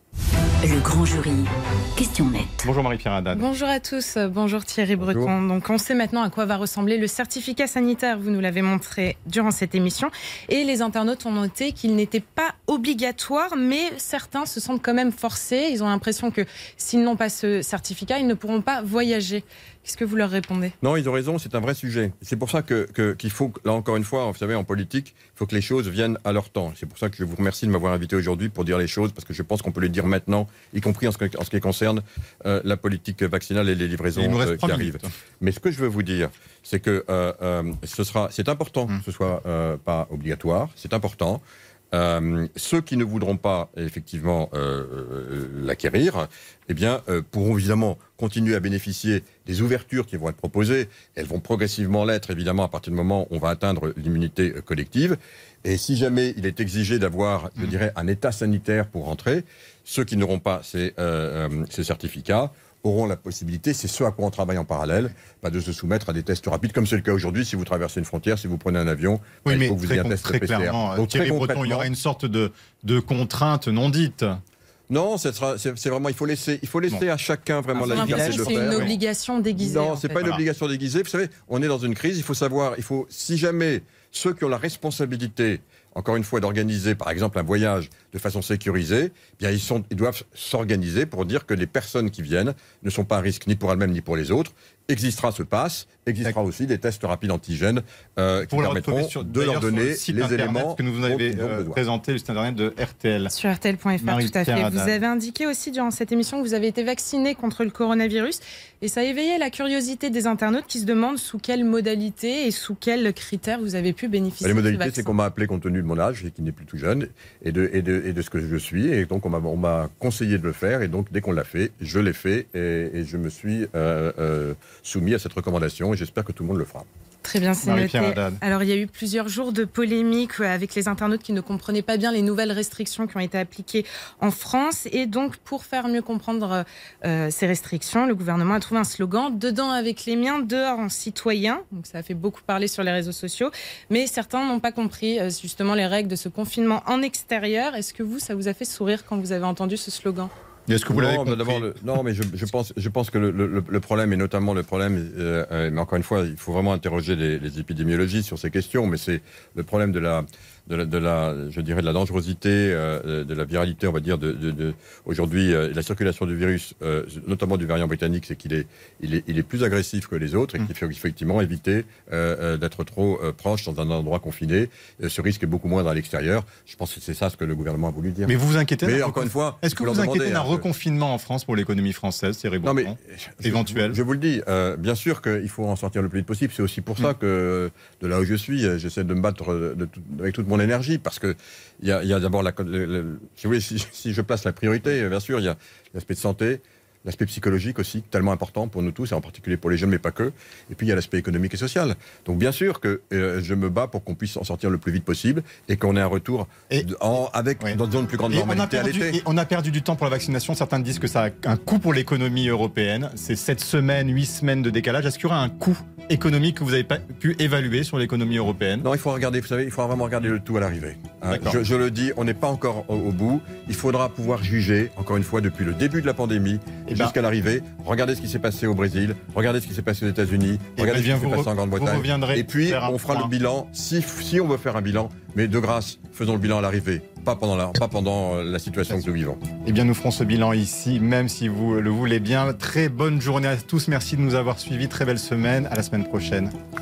Le grand jury. Question nette. Bonjour Marie-Pierre Haddad. Bonjour à tous, bonjour Thierry Bonjour. Breton. Donc on sait maintenant à quoi va ressembler le certificat sanitaire, vous nous l'avez montré durant cette émission. Et les internautes ont noté qu'il n'était pas obligatoire, mais certains se sentent quand même forcés. Ils ont l'impression que s'ils n'ont pas ce certificat, ils ne pourront pas voyager. Qu'est-ce que vous leur répondez? Non, ils ont raison, c'est un vrai sujet. C'est pour ça que, que, qu'il faut, là encore une fois, vous savez, en politique, il faut que les choses viennent à leur temps. C'est pour ça que je vous remercie de m'avoir invité aujourd'hui pour dire les choses, parce que je pense qu'on peut les dire maintenant, y compris en ce, en ce qui concerne euh, la politique vaccinale et les livraisons euh, qui arrivent. Mais ce que je veux vous dire, c'est que euh, euh, ce sera, c'est important mmh. que ce soit euh, pas obligatoire, c'est important. Euh, ceux qui ne voudront pas effectivement euh, euh, l'acquérir, eh bien, euh, pourront évidemment continuer à bénéficier des ouvertures qui vont être proposées. Elles vont progressivement l'être, évidemment, à partir du moment où on va atteindre l'immunité collective. Et si jamais il est exigé d'avoir, je dirais, un état sanitaire pour rentrer, ceux qui n'auront pas ces, euh, ces certificats auront la possibilité, c'est ce à quoi on travaille en parallèle, bah, de se soumettre à des tests rapides, comme c'est le cas aujourd'hui. Si vous traversez une frontière, si vous prenez un avion, oui, bah, mais il faut que vous ayez un test très P C R. clairement, Donc, Thierry très Breton, il y aura une sorte de, de contrainte non dite. Non, c'est, c'est, c'est vraiment, il faut laisser, il faut laisser bon. à chacun vraiment ah, la liberté de le c'est faire. C'est une obligation déguisée. Non, c'est fait. pas une voilà. obligation déguisée. Vous savez, on est dans une crise, il faut savoir, il faut, si jamais ceux qui ont la responsabilité, encore une fois, d'organiser, par exemple, un voyage de façon sécurisée, eh bien, ils, sont, ils doivent s'organiser pour dire que les personnes qui viennent ne sont pas à risque ni pour elles-mêmes ni pour les autres. Existera ce pass, existera D'accord. aussi des tests rapides antigènes euh, qui permettront sur, de leur donner sur les éléments que nous vous avez euh, présenté, le site internet de R T L. Sur R T L point F R, tout à fait. Haddad. Vous avez indiqué aussi durant cette émission que vous avez été vacciné contre le coronavirus et ça a éveillé la curiosité des internautes qui se demandent sous quelle modalité et sous quels critères vous avez pu bénéficier Les de ce modalités, vaccin. c'est qu'on m'a appelé compte tenu de mon âge et qui n'est plus tout jeune et de, et de, et de ce que je suis. Et donc, on m'a, on m'a conseillé de le faire. Et donc, dès qu'on l'a fait, je l'ai fait et, et je me suis euh, euh, soumis à cette recommandation et j'espère que tout le monde le fera. Très bien, c'est noté. Alors, il y a eu plusieurs jours de polémique avec les internautes qui ne comprenaient pas bien les nouvelles restrictions qui ont été appliquées en France. Et donc, pour faire mieux comprendre euh, ces restrictions, le gouvernement a trouvé un slogan « Dedans avec les miens, dehors en citoyen ». Donc, ça a fait beaucoup parler sur les réseaux sociaux. Mais certains n'ont pas compris euh, justement les règles de ce confinement en extérieur. Est-ce que vous, ça vous a fait sourire quand vous avez entendu ce slogan ? Est-ce que vous l'avez compris ? D'abord, le, non, mais je, je pense, je pense que le, le, le problème, et notamment le problème, euh, mais encore une fois, il faut vraiment interroger les, les épidémiologistes sur ces questions, mais c'est le problème de la, de la, de la je dirais, de la dangerosité, euh, de la viralité, on va dire, de, de, de aujourd'hui, euh, la circulation du virus, euh, notamment du variant britannique, c'est qu'il est, il est, il est plus agressif que les autres, et qu'il faut effectivement éviter euh, d'être trop euh, proche dans un endroit confiné. Euh, ce risque est beaucoup moins à l'extérieur. Je pense que c'est ça ce que le gouvernement a voulu dire. Mais vous vous inquiétez Mais encore une fois, est-ce que vous vous inquiétez d'un reconfinement en France pour l'économie française, Thierry Breton, non, mais, éventuel? Je, je vous le dis, euh, bien sûr qu'il faut en sortir le plus vite possible. C'est aussi pour mmh. ça que, de là où je suis, j'essaie de me battre de tout, avec toute mon énergie, parce que il y a, y a d'abord la, le, le, si, vous voulez, si, si je place la priorité, bien sûr, il y a l'aspect de santé, l'aspect psychologique aussi, tellement important pour nous tous, et en particulier pour les jeunes, mais pas que. Et puis il y a l'aspect économique et social. Donc bien sûr que euh, je me bats pour qu'on puisse en sortir le plus vite possible et qu'on ait un retour et, de, en, avec oui. dans une plus grande et normalité on a perdu, à l'été. Et on a perdu du temps pour la vaccination. Certains disent que ça a un coût pour l'économie européenne. C'est sept semaines, huit semaines de décalage. Est-ce qu'il y aura un coût économique que vous n'avez pas pu évaluer sur l'économie européenne? Non, il faut regarder. Vous savez, il faut vraiment regarder le tout à l'arrivée. Hein, je, je le dis, on n'est pas encore au, au bout. Il faudra pouvoir juger, encore une fois, depuis le début de la pandémie et jusqu'à ben, l'arrivée. Regardez ce qui s'est passé au Brésil, regardez ce qui s'est passé aux États-Unis, regardez ce qui s'est passé en Grande-Bretagne. Et puis, on fera point. le bilan, si, si on veut faire un bilan, mais de grâce, faisons le bilan à l'arrivée, pas pendant la, pas pendant la situation que nous vivons. Eh bien, nous ferons ce bilan ici, même si vous le voulez bien. Très bonne journée à tous, merci de nous avoir suivis, très belle semaine, à la semaine prochaine.